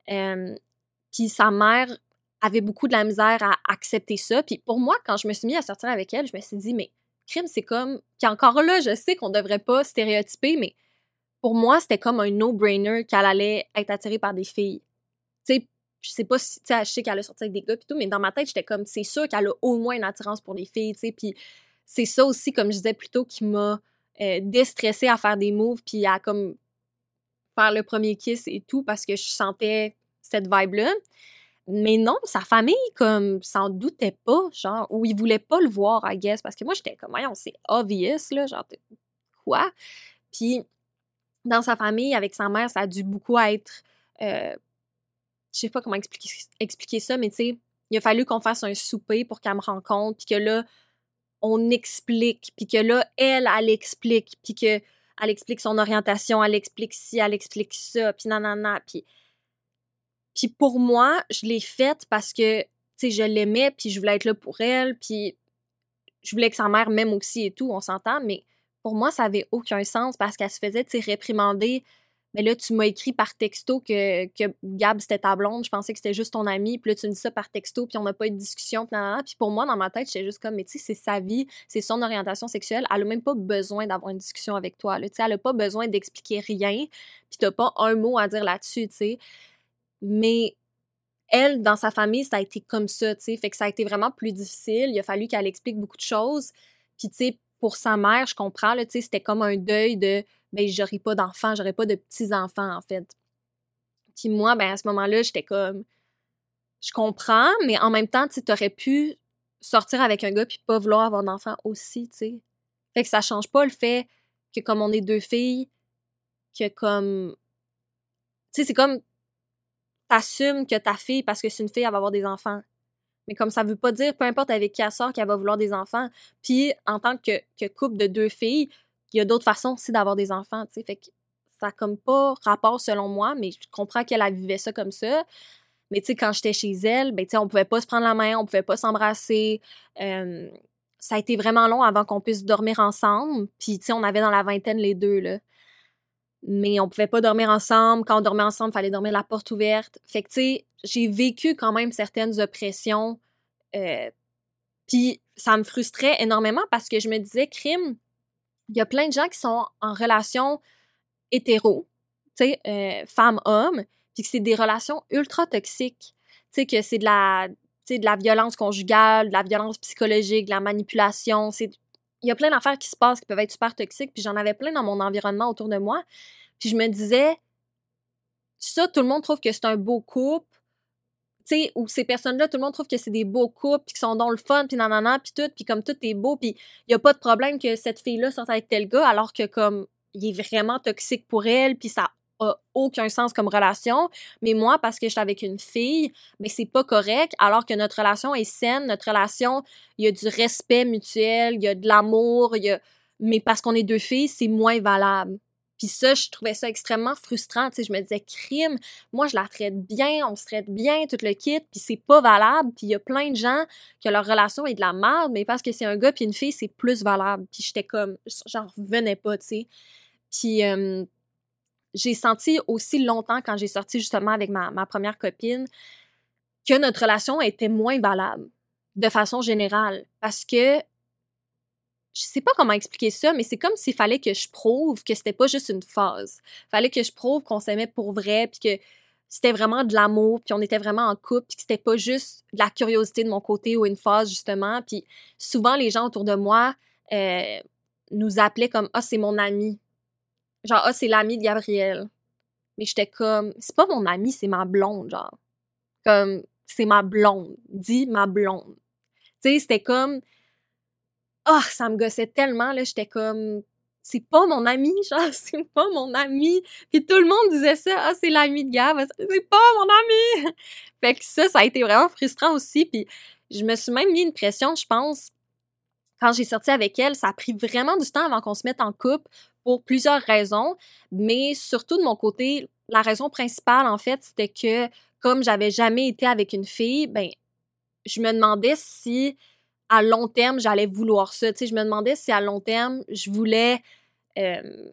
Puis, sa mère avait beaucoup de la misère à accepter ça. Puis, pour moi, quand je me suis mis à sortir avec elle, je me suis dit, mais crime, c'est comme... Puis encore là, je sais qu'on devrait pas stéréotyper, mais pour moi, c'était comme un no-brainer qu'elle allait être attirée par des filles. Tu sais, je sais pas si, tu sais, je sais qu'elle a sorti avec des gars pis tout, mais dans ma tête, j'étais comme, c'est sûr qu'elle a au moins une attirance pour les filles, tu sais, puis c'est ça aussi, comme je disais plus tôt, qui m'a déstressée à faire des moves puis à comme faire le premier kiss et tout, parce que je sentais cette vibe-là. Mais non, sa famille, comme, s'en doutait pas, genre, ou ils voulaient pas le voir, I guess, parce que moi, j'étais comme, voyons, c'est obvious, là, genre, quoi? Puis, dans sa famille, avec sa mère, ça a dû beaucoup être, je sais pas comment expliquer ça, mais tu sais, il a fallu qu'on fasse un souper pour qu'elle me rencontre, puis que là, on explique, puis que là, elle explique, puis que elle explique son orientation, elle explique ci, elle explique ça, puis nanana, puis pour moi, je l'ai faite parce que, tu sais, je l'aimais, puis je voulais être là pour elle, puis je voulais que sa mère m'aime aussi et tout, on s'entend, mais pour moi, ça avait aucun sens parce qu'elle se faisait, tu sais, réprimander. Mais là, tu m'as écrit par texto que Gab, c'était ta blonde, je pensais que c'était juste ton ami, puis là, tu me dis ça par texto, puis on n'a pas eu de discussion, puis nanana. Puis pour moi, dans ma tête, j'étais juste comme, mais tu sais, c'est sa vie, c'est son orientation sexuelle, elle a même pas besoin d'avoir une discussion avec toi, là, tu sais, elle a pas besoin d'expliquer rien, puis t'as pas un mot à dire là-dessus, tu sais. Mais elle, dans sa famille, ça a été comme ça, tu sais, fait que ça a été vraiment plus difficile, il a fallu qu'elle explique beaucoup de choses, puis tu sais, pour sa mère, je comprends, là, tu sais, c'était comme un deuil de, ben, j'aurai pas d'enfants, j'aurai pas de petits-enfants, en fait. Puis moi, ben, à ce moment-là, j'étais comme, je comprends, mais en même temps, tu sais, t'aurais pu sortir avec un gars puis pas vouloir avoir d'enfants aussi, tu sais. Fait que ça change pas le fait que comme on est deux filles, que comme, tu sais, c'est comme, t'assumes que ta fille, parce que c'est une fille, elle va avoir des enfants. Mais comme ça veut pas dire, peu importe avec qui elle sort, qu'elle va vouloir des enfants. Puis, en tant que couple de deux filles, il y a d'autres façons aussi d'avoir des enfants, tu sais. Fait que ça a comme pas rapport selon moi, mais je comprends qu'elle vivait ça comme ça. Mais tu sais, quand j'étais chez elle, ben tu sais, on pouvait pas se prendre la main, on pouvait pas s'embrasser. Ça a été vraiment long avant qu'on puisse dormir ensemble. Puis tu sais, on avait dans la vingtaine les deux, là. Mais on pouvait pas dormir ensemble. Quand on dormait ensemble, il fallait dormir la porte ouverte. Fait que tu sais, j'ai vécu quand même certaines oppressions. Puis ça me frustrait énormément parce que je me disais, crime, il y a plein de gens qui sont en relation hétéro, tu sais, femme-homme, puis que c'est des relations ultra toxiques. Tu sais, que c'est de la violence conjugale, de la violence psychologique, de la manipulation. Il y a plein d'affaires qui se passent qui peuvent être super toxiques, puis j'en avais plein dans mon environnement autour de moi. Puis je me disais, ça, tout le monde trouve que c'est un beau couple, tu sais, ou ces personnes-là, tout le monde trouve que c'est des beaux couples, puis qu'ils sont dans le fun, puis nanana, puis tout, puis comme tout est beau, puis il y a pas de problème que cette fille-là sorte avec tel gars, alors que comme, il est vraiment toxique pour elle, puis ça a aucun sens comme relation. Mais moi, parce que j'étais avec une fille, mais c'est pas correct, alors que notre relation est saine, notre relation, il y a du respect mutuel, il y a de l'amour, mais parce qu'on est deux filles, c'est moins valable. Puis ça, je trouvais ça extrêmement frustrant, tu sais, je me disais, crime, moi, je la traite bien, on se traite bien, tout le kit, puis c'est pas valable. Puis il y a plein de gens que leur relation est de la merde, mais parce que c'est un gars puis une fille, c'est plus valable. Puis j'étais comme, j'en revenais pas, tu sais. Puis j'ai senti aussi longtemps, quand j'ai sorti justement avec ma première copine, que notre relation était moins valable, de façon générale. Parce que je sais pas comment expliquer ça, mais c'est comme s'il fallait que je prouve que c'était pas juste une phase. Fallait que je prouve qu'on s'aimait pour vrai, puis que c'était vraiment de l'amour, puis on était vraiment en couple, puis que c'était pas juste de la curiosité de mon côté ou une phase, justement. Puis souvent, les gens autour de moi nous appelaient comme « Ah, c'est mon ami ». Genre « Ah, c'est l'ami de Gabrielle ». Mais j'étais comme « C'est pas mon ami, c'est ma blonde, genre. » Comme « C'est ma blonde. Dis ma blonde. » Tu sais, c'était comme... Ah, ça me gossait tellement, là, j'étais comme, c'est pas mon ami, genre, c'est pas mon ami. Puis tout le monde disait ça, ah, c'est l'ami de Gab, c'est pas mon ami. Fait que ça a été vraiment frustrant aussi. Puis je me suis même mis une pression, je pense, quand j'ai sorti avec elle, ça a pris vraiment du temps avant qu'on se mette en couple pour plusieurs raisons. Mais surtout de mon côté, la raison principale, en fait, c'était que comme j'avais jamais été avec une fille, ben, je me demandais si à long terme, j'allais vouloir ça. Tu sais, je me demandais si à long terme, je voulais, je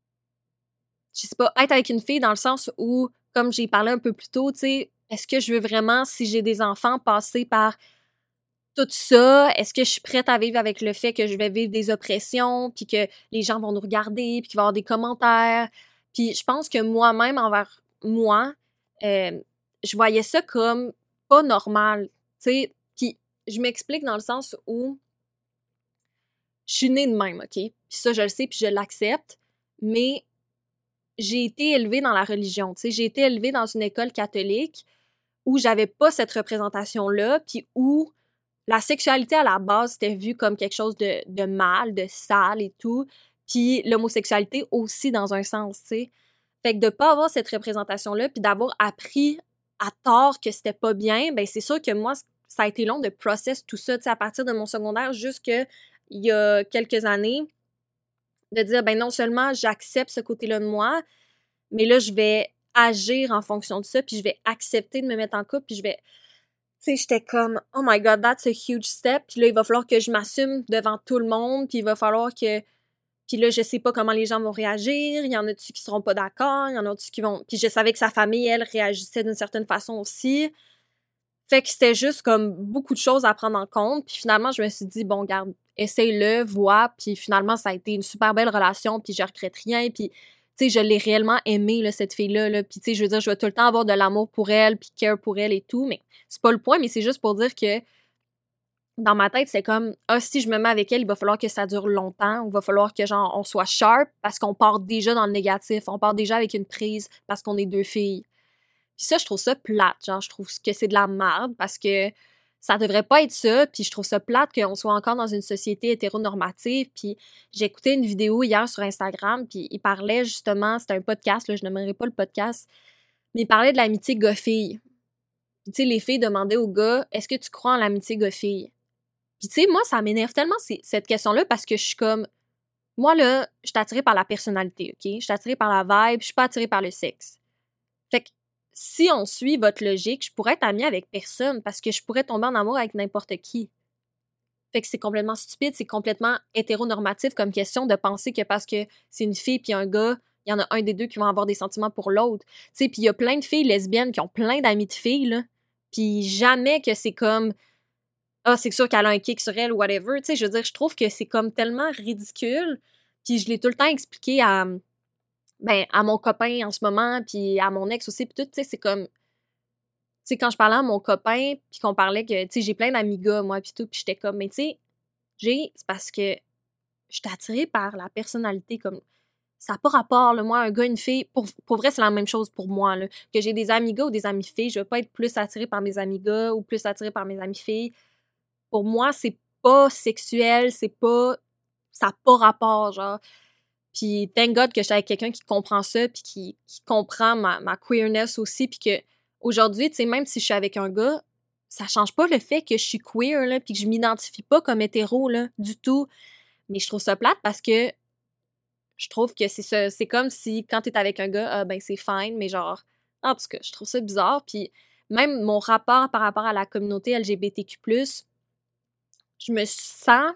sais pas, être avec une fille dans le sens où, comme j'ai parlé un peu plus tôt, tu sais, est-ce que je veux vraiment, si j'ai des enfants, passer par tout ça? Est-ce que je suis prête à vivre avec le fait que je vais vivre des oppressions, puis que les gens vont nous regarder, puis qu'il va y avoir des commentaires? Puis je pense que moi-même, envers moi, je voyais ça comme pas normal, tu sais. Puis je m'explique dans le sens où je suis née de même, OK? Puis ça, je le sais, puis je l'accepte, mais j'ai été élevée dans la religion, tu sais. J'ai été élevée dans une école catholique où j'avais pas cette représentation-là, puis où la sexualité, à la base, c'était vu comme quelque chose de mal, de sale et tout, puis l'homosexualité aussi, dans un sens, tu sais. Fait que de pas avoir cette représentation-là, puis d'avoir appris à tort que c'était pas bien, ben c'est sûr que moi, ça a été long de process tout ça, tu sais, à partir de mon secondaire jusque il y a quelques années, de dire, ben non seulement j'accepte ce côté-là de moi, mais là, je vais agir en fonction de ça, puis je vais accepter de me mettre en couple, puis je vais... Tu sais, j'étais comme, oh my God, that's a huge step, puis là, il va falloir que je m'assume devant tout le monde, puis il va falloir que... Puis là, je sais pas comment les gens vont réagir, il y en a-tu qui seront pas d'accord, il y en a-tu qui vont... Puis je savais que sa famille, elle, réagissait d'une certaine façon aussi. Fait que c'était juste comme beaucoup de choses à prendre en compte. Puis finalement, je me suis dit, bon, garde, essaye-le, vois. Puis finalement, ça a été une super belle relation, puis je regrette rien. Puis, tu sais, je l'ai réellement aimée, là, cette fille-là. Là. Puis, tu sais, je veux dire, je vais tout le temps avoir de l'amour pour elle, puis care pour elle et tout. Mais c'est pas le point, mais c'est juste pour dire que dans ma tête, c'est comme, ah, si je me mets avec elle, il va falloir que ça dure longtemps. Il va falloir que, genre, on soit sharp parce qu'on part déjà dans le négatif. On part déjà avec une prise parce qu'on est deux filles. Puis ça, je trouve ça plate. Genre, je trouve que c'est de la merde parce que ça devrait pas être ça. Puis je trouve ça plate qu'on soit encore dans une société hétéronormative. Puis j'ai écouté une vidéo hier sur Instagram, puis il parlait justement, c'était un podcast, là, je n'aimerais pas le podcast, mais il parlait de l'amitié gars-fille. Puis tu sais, les filles demandaient aux gars, est-ce que tu crois en l'amitié gars-fille? Puis tu sais, moi, ça m'énerve tellement cette question-là parce que je suis comme, moi là, je suis attirée par la personnalité, OK? Je suis attirée par la vibe, je suis pas attirée par le sexe. Fait que si on suit votre logique, je pourrais être amie avec personne parce que je pourrais tomber en amour avec n'importe qui. Fait que c'est complètement stupide, c'est complètement hétéronormatif comme question de penser que parce que c'est une fille puis un gars, il y en a un des deux qui vont avoir des sentiments pour l'autre. Tu sais, puis il y a plein de filles lesbiennes qui ont plein d'amis de filles, là. Puis jamais que c'est comme ah, c'est sûr qu'elle a un kick sur elle ou whatever. Tu sais, je veux dire, je trouve que c'est comme tellement ridicule. Puis je l'ai tout le temps expliqué à mon copain en ce moment, puis à mon ex aussi, puis tout, tu sais, c'est comme tu sais, quand je parlais à mon copain, puis qu'on parlait que, tu sais, j'ai plein d'amis gars, moi, puis tout, puis j'étais comme, mais tu sais, c'est parce que j'étais attirée par la personnalité, comme, ça n'a pas rapport, là, moi, un gars, une fille, pour vrai, c'est la même chose pour moi, là, que j'ai des amis gars ou des amis filles, je vais pas être plus attirée par mes amis gars ou plus attirée par mes amis filles. Pour moi, c'est pas sexuel, c'est pas, ça n'a pas rapport, genre. Puis, thank God que je suis avec quelqu'un qui comprend ça, puis qui comprend ma queerness aussi, puis que aujourd'hui, tu sais, même si je suis avec un gars, ça change pas le fait que je suis queer, là, puis que je m'identifie pas comme hétéro, là, du tout. Mais je trouve ça plate parce que je trouve que c'est ça, c'est comme si quand t'es avec un gars, ah, ben c'est fine, mais genre, en tout cas, je trouve ça bizarre. Puis même mon rapport par rapport à la communauté LGBTQ+, je me sens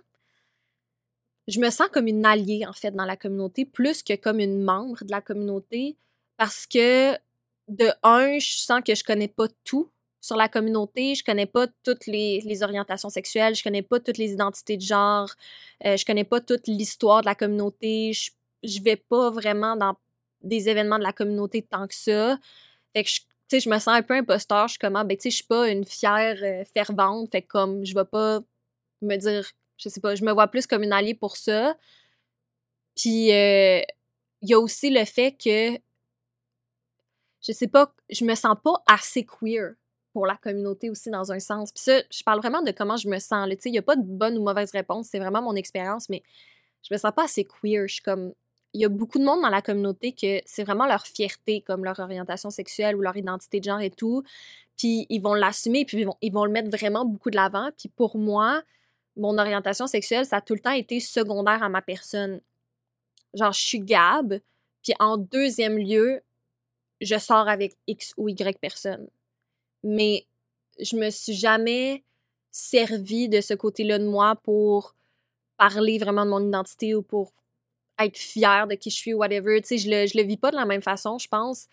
je me sens comme une alliée, en fait, dans la communauté, plus que comme une membre de la communauté, parce que, de un, je sens que je connais pas tout sur la communauté, je connais pas toutes les orientations sexuelles, je connais pas toutes les identités de genre, je connais pas toute l'histoire de la communauté, je vais pas vraiment dans des événements de la communauté tant que ça. Fait que, tu sais, je me sens un peu imposteur, je suis comme, ah, ben, tu sais, je suis pas une fière fervente, fait que comme, je vais pas me dire je sais pas, je me vois plus comme une alliée pour ça. Puis, il y a aussi le fait que, je sais pas, je me sens pas assez queer pour la communauté aussi dans un sens. Puis ça, je parle vraiment de comment je me sens. Tu sais, il y a pas de bonne ou mauvaise réponse, c'est vraiment mon expérience, mais je me sens pas assez queer. Je suis comme, il y a beaucoup de monde dans la communauté que c'est vraiment leur fierté, comme leur orientation sexuelle ou leur identité de genre et tout. Puis ils vont l'assumer, puis ils vont le mettre vraiment beaucoup de l'avant. Puis pour moi, mon orientation sexuelle, ça a tout le temps été secondaire à ma personne. Genre, je suis Gab, puis en deuxième lieu, je sors avec X ou Y personne. Mais je me suis jamais servie de ce côté-là de moi pour parler vraiment de mon identité ou pour être fière de qui je suis ou whatever. Tu sais, je le vis pas de la même façon, je pense.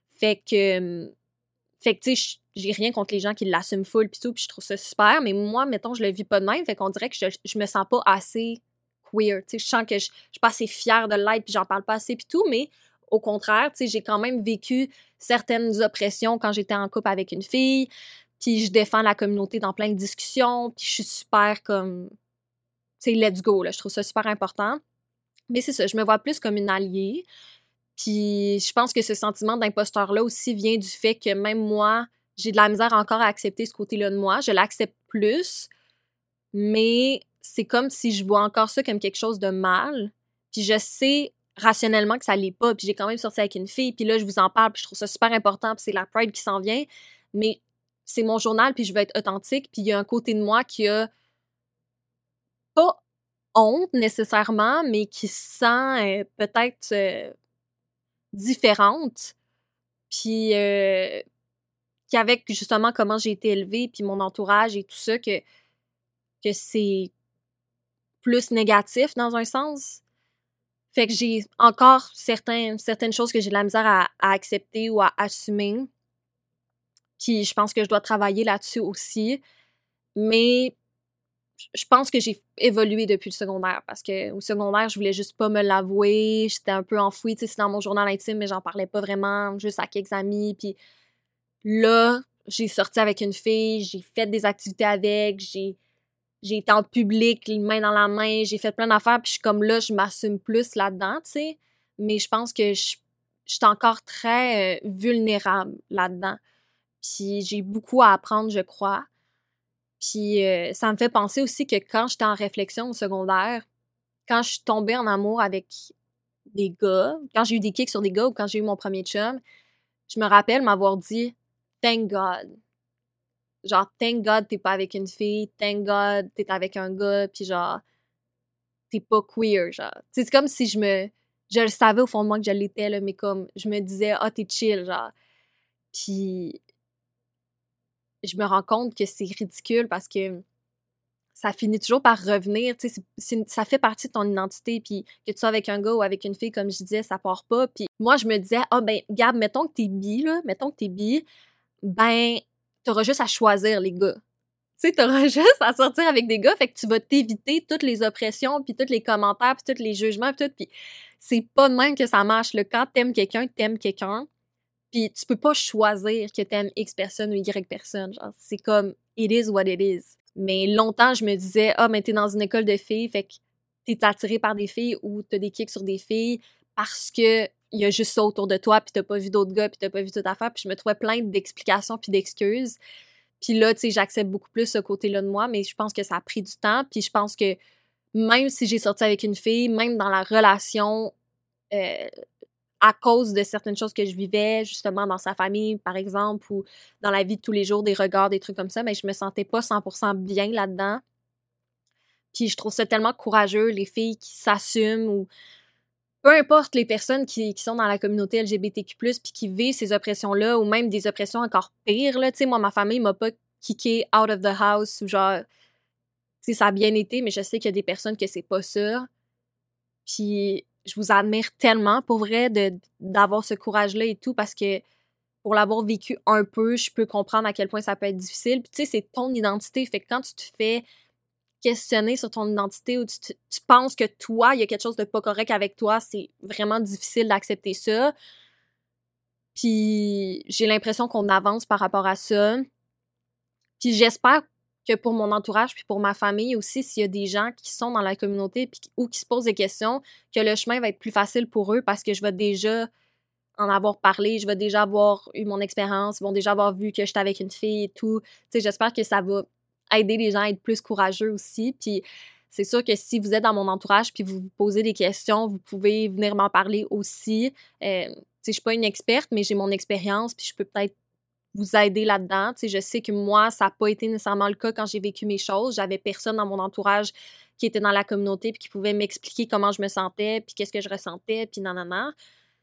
Fait que tu sais, j'ai rien contre les gens qui l'assument full pis tout, pis je trouve ça super, mais moi, mettons, je le vis pas de même, fait qu'on dirait que je me sens pas assez queer, tu sais, je sens que je suis pas assez fière de l'être, puis j'en parle pas assez pis tout, mais au contraire, tu sais, j'ai quand même vécu certaines oppressions quand j'étais en couple avec une fille, puis je défends la communauté dans plein de discussions, puis je suis super comme, tu sais, let's go, là, je trouve ça super important. Mais c'est ça, je me vois plus comme une alliée, puis je pense que ce sentiment d'imposteur-là aussi vient du fait que même moi, j'ai de la misère encore à accepter ce côté-là de moi. Je l'accepte plus, mais c'est comme si je vois encore ça comme quelque chose de mal. Puis je sais rationnellement que ça l'est pas. Puis j'ai quand même sorti avec une fille, puis là, je vous en parle, puis je trouve ça super important, puis c'est la Pride qui s'en vient. Mais c'est mon journal, puis je veux être authentique, puis il y a un côté de moi qui a pas honte nécessairement, mais qui se sent peut-être différente. Puis qu'avec justement comment j'ai été élevée, puis mon entourage et tout ça, que c'est plus négatif dans un sens. Fait que j'ai encore certaines choses que j'ai de la misère à accepter ou à assumer. Puis je pense que je dois travailler là-dessus aussi. Mais je pense que j'ai évolué depuis le secondaire parce que au secondaire, je voulais juste pas me l'avouer. J'étais un peu enfouie, tu sais, c'est dans mon journal intime, mais j'en parlais pas vraiment, juste à quelques amis. Puis là, j'ai sorti avec une fille, j'ai fait des activités avec, j'ai été en public, les mains dans la main, j'ai fait plein d'affaires, puis je suis comme là, je m'assume plus là-dedans, tu sais. Mais je pense que je suis encore très vulnérable là-dedans. Puis j'ai beaucoup à apprendre, je crois. Puis ça me fait penser aussi que quand j'étais en réflexion au secondaire, quand je suis tombée en amour avec des gars, quand j'ai eu des kicks sur des gars ou quand j'ai eu mon premier chum, je me rappelle m'avoir dit « Thank God ». Genre « Thank God t'es pas avec une fille, thank God t'es avec un gars, puis genre t'es pas queer », genre. Tu sais, c'est comme si je le savais au fond de moi que je l'étais, là, mais comme je me disais « Ah, t'es chill », genre. Puis je me rends compte que c'est ridicule parce que ça finit toujours par revenir, tu sais, ça fait partie de ton identité, puis que tu sois avec un gars ou avec une fille, comme je disais, ça part pas. Puis moi, je me disais, ah ben, Gab, mettons que t'es bi, là, ben, t'auras juste à choisir les gars. Tu sais, t'auras juste à sortir avec des gars, fait que tu vas t'éviter toutes les oppressions, puis tous les commentaires, puis tous les jugements, puis tout, puis c'est pas de même que ça marche, là. Quand t'aimes quelqu'un, puis tu peux pas choisir que t'aimes X personne ou Y personne, genre, c'est comme « it is what it is ». Mais longtemps, je me disais « Ah, mais t'es dans une école de filles, fait que t'es attiré par des filles ou t'as des kicks sur des filles parce que il y a juste ça autour de toi, puis t'as pas vu d'autres gars, puis t'as pas vu toute affaire. » Puis je me trouvais plein d'explications puis d'excuses. Puis là, tu sais, j'accepte beaucoup plus ce côté-là de moi, mais je pense que ça a pris du temps. Puis je pense que même si j'ai sorti avec une fille, même dans la relation, à cause de certaines choses que je vivais, justement, dans sa famille, par exemple, ou dans la vie de tous les jours, des regards, des trucs comme ça, mais je me sentais pas 100% bien là-dedans. Puis je trouve ça tellement courageux, les filles qui s'assument ou peu importe les personnes qui sont dans la communauté LGBTQ+, puis qui vivent ces oppressions-là, ou même des oppressions encore pires, là. Tu sais, moi, ma famille m'a pas kické out of the house, ou genre, tu sais, ça a bien été, mais je sais qu'il y a des personnes que c'est pas ça. Puis je vous admire tellement, pour vrai, d'avoir ce courage-là et tout, parce que pour l'avoir vécu un peu, je peux comprendre à quel point ça peut être difficile. Puis tu sais, c'est ton identité, fait que quand tu te fais questionner sur ton identité ou tu penses que toi, il y a quelque chose de pas correct avec toi, c'est vraiment difficile d'accepter ça. Puis j'ai l'impression qu'on avance par rapport à ça. Puis j'espère que pour mon entourage puis pour ma famille aussi, s'il y a des gens qui sont dans la communauté puis ou qui se posent des questions, que le chemin va être plus facile pour eux parce que je vais déjà en avoir parlé, je vais déjà avoir eu mon expérience, ils vont déjà avoir vu que j'étais avec une fille et tout. Tu sais, j'espère que ça va aider les gens à être plus courageux aussi. Puis c'est sûr que si vous êtes dans mon entourage puis vous vous posez des questions, vous pouvez venir m'en parler aussi. Tu sais, je suis pas une experte, mais j'ai mon expérience puis je peux peut-être vous aider là-dedans. Tu sais, je sais que moi, ça n'a pas été nécessairement le cas quand j'ai vécu mes choses. J'avais personne dans mon entourage qui était dans la communauté puis qui pouvait m'expliquer comment je me sentais puis qu'est-ce que je ressentais puis nanana.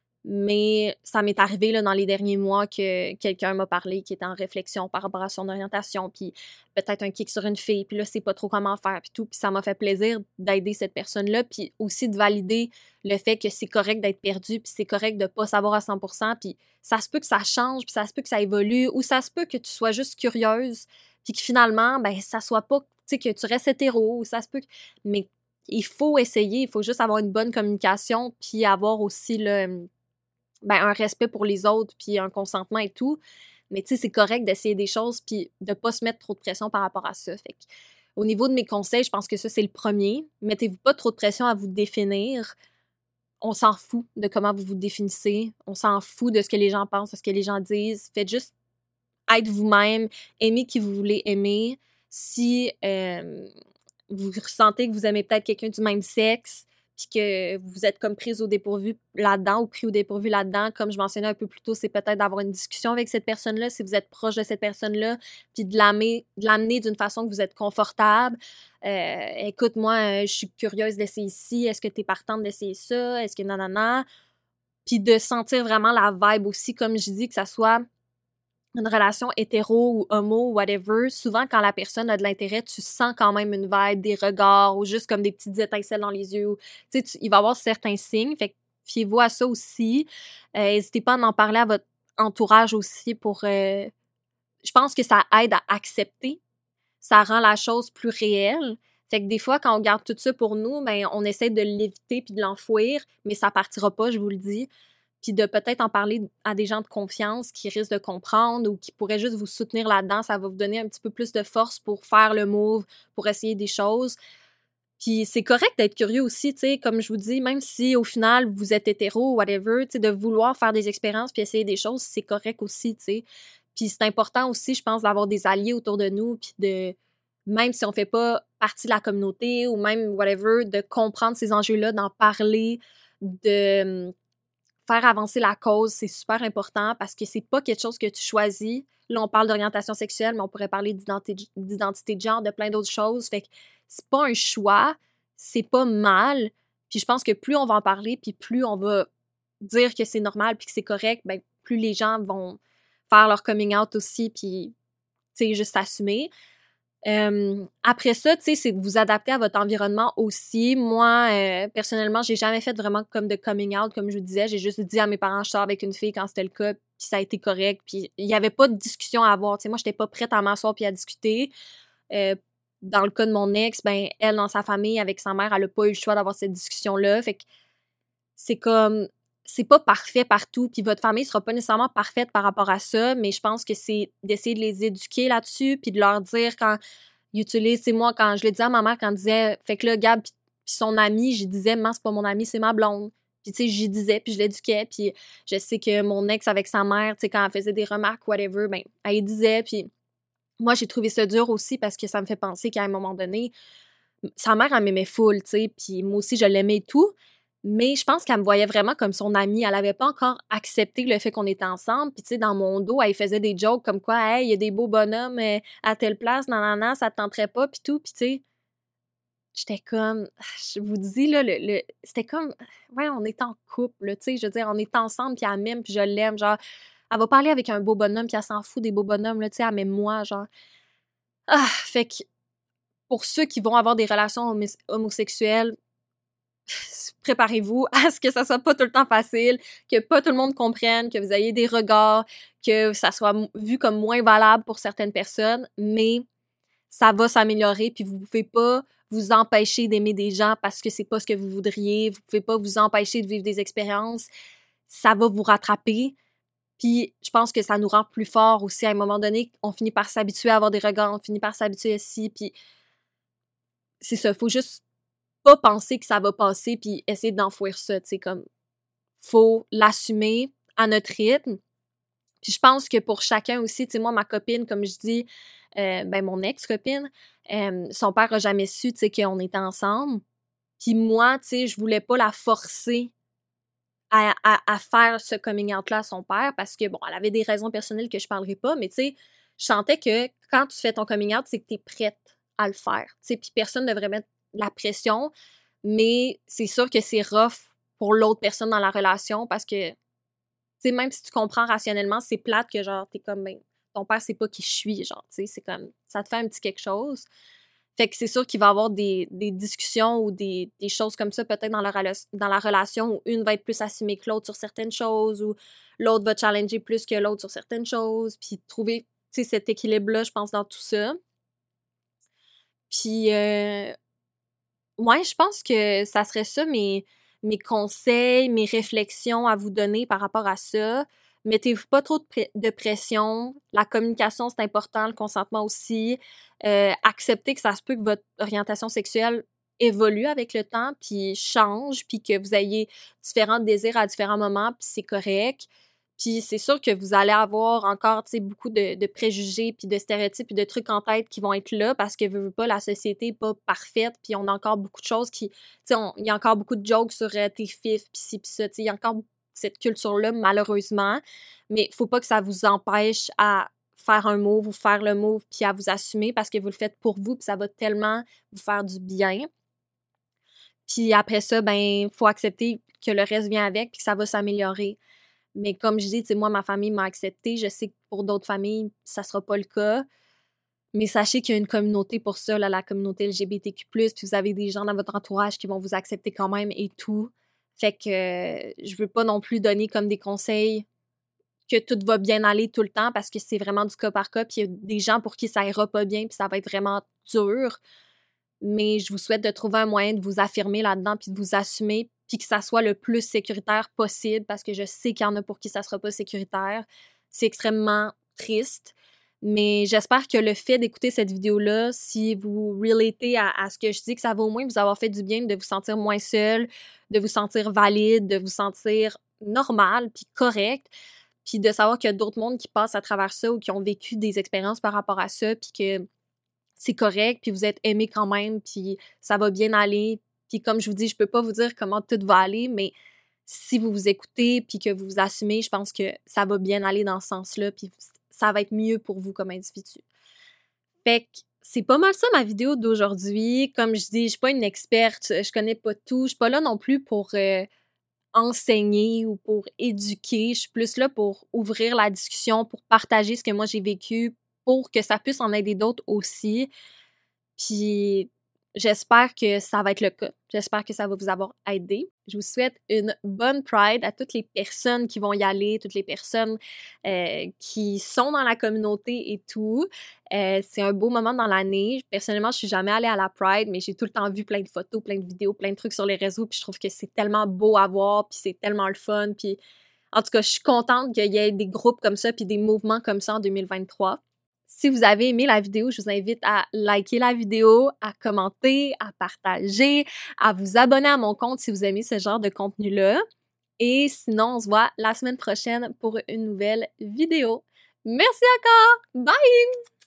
Mais ça m'est arrivé là, dans les derniers mois que quelqu'un m'a parlé qui était en réflexion par rapport à son orientation, puis peut-être un kick sur une fille, puis là, c'est pas trop comment faire, puis tout. Puis ça m'a fait plaisir d'aider cette personne-là, puis aussi de valider le fait que c'est correct d'être perdu, puis c'est correct de pas savoir à 100%, puis ça se peut que ça change, puis ça se peut que ça évolue, ou ça se peut que tu sois juste curieuse, puis que finalement, ben, ça soit pas, tu sais, que tu restes hétéro, ou ça se peut que... Mais il faut essayer, il faut juste avoir une bonne communication, puis avoir aussi le un respect pour les autres, puis un consentement et tout. Mais tu sais, c'est correct d'essayer des choses, puis de pas se mettre trop de pression par rapport à ça. Fait que, au niveau de mes conseils, je pense que ça, c'est le premier. Mettez-vous pas trop de pression à vous définir. On s'en fout de comment vous vous définissez. On s'en fout de ce que les gens pensent, de ce que les gens disent. Faites juste être vous-même, aimez qui vous voulez aimer. Si vous ressentez que vous aimez peut-être quelqu'un du même sexe, puis que vous êtes comme prise au dépourvu là-dedans ou pris au dépourvu là-dedans, comme je mentionnais un peu plus tôt, c'est peut-être d'avoir une discussion avec cette personne-là, si vous êtes proche de cette personne-là, puis de l'amener d'une façon que vous êtes confortable. Écoute, moi, je suis curieuse d'essayer ici. Est-ce que tu es partante d'essayer ça? Est-ce que nanana? Puis de sentir vraiment la vibe aussi, comme je dis, que ça soit une relation hétéro ou homo, whatever, souvent quand la personne a de l'intérêt, tu sens quand même une vibe, des regards ou juste comme des petites étincelles dans les yeux. Tu sais, il va y avoir certains signes, fait que fiez-vous à ça aussi. N'hésitez pas à en parler à votre entourage aussi pour... je pense que ça aide à accepter, ça rend la chose plus réelle. Fait que des fois, quand on garde tout ça pour nous, ben, on essaie de l'éviter puis de l'enfouir, mais ça partira pas, je vous le dis. Puis de peut-être en parler à des gens de confiance qui risquent de comprendre ou qui pourraient juste vous soutenir là-dedans, ça va vous donner un petit peu plus de force pour faire le move, pour essayer des choses. Puis c'est correct d'être curieux aussi, tu sais, comme je vous dis, même si au final vous êtes hétéro ou whatever, tu sais, de vouloir faire des expériences puis essayer des choses, c'est correct aussi, tu sais. Puis c'est important aussi, je pense, d'avoir des alliés autour de nous puis de, même si on fait pas partie de la communauté ou même whatever, de comprendre ces enjeux-là, d'en parler, de faire avancer la cause, c'est super important parce que c'est pas quelque chose que tu choisis. Là, on parle d'orientation sexuelle, mais on pourrait parler d'identité de genre, de plein d'autres choses. Fait que c'est pas un choix, c'est pas mal. Puis je pense que plus on va en parler, puis plus on va dire que c'est normal puis que c'est correct, ben plus les gens vont faire leur coming out aussi, puis, tu sais, juste assumer. Après ça, tu sais, c'est de vous adapter à votre environnement aussi. Moi, personnellement, j'ai jamais fait vraiment comme de coming out, comme je vous disais. J'ai juste dit à mes parents, je sors avec une fille quand c'était le cas, puis ça a été correct. Puis il y avait pas de discussion à avoir. Tu sais, moi, j'étais pas prête à m'asseoir puis à discuter. Euh, dans le cas de mon ex, ben, elle, dans sa famille, avec sa mère, elle a pas eu le choix d'avoir cette discussion-là. Fait que c'est comme, c'est pas parfait partout, puis votre famille sera pas nécessairement parfaite par rapport à ça, mais je pense que c'est d'essayer de les éduquer là-dessus, puis de leur dire quand ils utilisent, c'est moi, quand je le disais à ma mère, quand elle disait, fait que là, Gab, puis son ami, j'y disais, man, c'est pas mon ami, c'est ma blonde. Puis tu sais, j'y disais, puis je l'éduquais, puis je sais que mon ex avec sa mère, tu sais, quand elle faisait des remarques, whatever, ben, elle y disait, puis moi, j'ai trouvé ça dur aussi parce que ça me fait penser qu'à un moment donné, sa mère, elle m'aimait full, tu sais, puis moi aussi, je l'aimais et tout. Mais je pense qu'elle me voyait vraiment comme son amie. Elle avait pas encore accepté le fait qu'on était ensemble. Puis, tu sais, dans mon dos, elle faisait des jokes comme quoi, hey, il y a des beaux bonhommes à telle place, nanana, ça te tenterait pas, puis tout. Puis, tu sais, j'étais comme, je vous dis, là, c'était comme, ouais, on est en couple, là, tu sais, je veux dire, on est ensemble, puis elle m'aime, puis je l'aime. Genre, elle va parler avec un beau bonhomme, puis elle s'en fout des beaux bonhommes, là, tu sais, elle m'aime moi, genre. Ah, fait que pour ceux qui vont avoir des relations homosexuelles, préparez-vous à ce que ça soit pas tout le temps facile, que pas tout le monde comprenne, que vous ayez des regards, que ça soit vu comme moins valable pour certaines personnes, mais ça va s'améliorer, puis vous pouvez pas vous empêcher d'aimer des gens parce que c'est pas ce que vous voudriez, vous pouvez pas vous empêcher de vivre des expériences, ça va vous rattraper, puis je pense que ça nous rend plus forts aussi à un moment donné, on finit par s'habituer à avoir des regards, on finit par s'habituer aussi, puis c'est ça, faut juste pas penser que ça va passer puis essayer d'enfouir ça, tu sais, comme, faut l'assumer à notre rythme. Puis je pense que pour chacun aussi, tu sais, moi, ma copine, comme je dis, ben mon ex-copine, son père a jamais su, tu sais, qu'on était ensemble. Puis moi, tu sais, je voulais pas la forcer à faire ce coming out-là à son père parce que, bon, elle avait des raisons personnelles que je parlerai pas, mais tu sais, je sentais que quand tu fais ton coming out, c'est que t'es prête à le faire, tu sais, puis personne ne devrait mettre la pression, mais c'est sûr que c'est rough pour l'autre personne dans la relation parce que, tu sais, même si tu comprends rationnellement, c'est plate que, genre, t'es comme, ben, ton père sait pas qui je suis, genre, tu sais, c'est comme, ça te fait un petit quelque chose. Fait que c'est sûr qu'il va y avoir des discussions ou des choses comme ça peut-être dans la relation où une va être plus assumée que l'autre sur certaines choses ou l'autre va challenger plus que l'autre sur certaines choses, puis trouver, tu sais, cet équilibre-là, je pense, dans tout ça. Puis, ouais, je pense que ça serait ça mes conseils, mes réflexions à vous donner par rapport à ça. Mettez-vous pas trop de pression. La communication, c'est important, le consentement aussi. Acceptez que ça se peut que votre orientation sexuelle évolue avec le temps, puis change, puis que vous ayez différents désirs à différents moments, puis c'est correct. Puis c'est sûr que vous allez avoir encore, tu sais, beaucoup de préjugés, puis de stéréotypes, puis de trucs en tête qui vont être là parce que, veux pas, la société est pas parfaite, puis on a encore beaucoup de choses qui... Tu sais, il y a encore beaucoup de jokes sur tes fifs, puis ci, puis ça, tu sais, il y a encore cette culture-là, malheureusement. Mais faut pas que ça vous empêche à faire un move ou faire le move, puis à vous assumer parce que vous le faites pour vous, puis ça va tellement vous faire du bien. Puis après ça, ben, faut accepter que le reste vient avec, puis que ça va s'améliorer. Mais comme je dis, tu sais, moi, ma famille m'a acceptée. Je sais que pour d'autres familles, ça sera pas le cas. Mais sachez qu'il y a une communauté pour ça, là, la communauté LGBTQ+, puis vous avez des gens dans votre entourage qui vont vous accepter quand même et tout. Fait que je veux pas non plus donner comme des conseils que tout va bien aller tout le temps parce que c'est vraiment du cas par cas, puis il y a des gens pour qui ça ira pas bien, puis ça va être vraiment dur. Mais je vous souhaite de trouver un moyen de vous affirmer là-dedans puis de vous assumer puis que ça soit le plus sécuritaire possible parce que je sais qu'il y en a pour qui ça sera pas sécuritaire. C'est extrêmement triste. Mais j'espère que le fait d'écouter cette vidéo-là, si vous relatez à ce que je dis, que ça va au moins vous avoir fait du bien de vous sentir moins seul, de vous sentir valide, de vous sentir normal puis correct, puis de savoir qu'il y a d'autres mondes qui passent à travers ça ou qui ont vécu des expériences par rapport à ça puis que c'est correct, puis vous êtes aimés quand même, puis ça va bien aller. Puis comme je vous dis, je peux pas vous dire comment tout va aller, mais si vous vous écoutez puis que vous vous assumez, je pense que ça va bien aller dans ce sens-là, puis ça va être mieux pour vous comme individu. Fait que c'est pas mal ça ma vidéo d'aujourd'hui. Comme je dis, je suis pas une experte, je connais pas tout, je suis pas là non plus pour enseigner ou pour éduquer. Je suis plus là pour ouvrir la discussion, pour partager ce que moi j'ai vécu, pour que ça puisse en aider d'autres aussi. Puis j'espère que ça va être le cas. J'espère que ça va vous avoir aidé. Je vous souhaite une bonne Pride à toutes les personnes qui vont y aller, toutes les personnes qui sont dans la communauté et tout. C'est un beau moment dans l'année. Personnellement, je suis jamais allée à la Pride, mais j'ai tout le temps vu plein de photos, plein de vidéos, plein de trucs sur les réseaux, puis je trouve que c'est tellement beau à voir, puis c'est tellement le fun, puis en tout cas, je suis contente qu'il y ait des groupes comme ça, puis des mouvements comme ça en 2023. Si vous avez aimé la vidéo, je vous invite à liker la vidéo, à commenter, à partager, à vous abonner à mon compte si vous aimez ce genre de contenu-là. Et sinon, on se voit la semaine prochaine pour une nouvelle vidéo. Merci encore! Bye!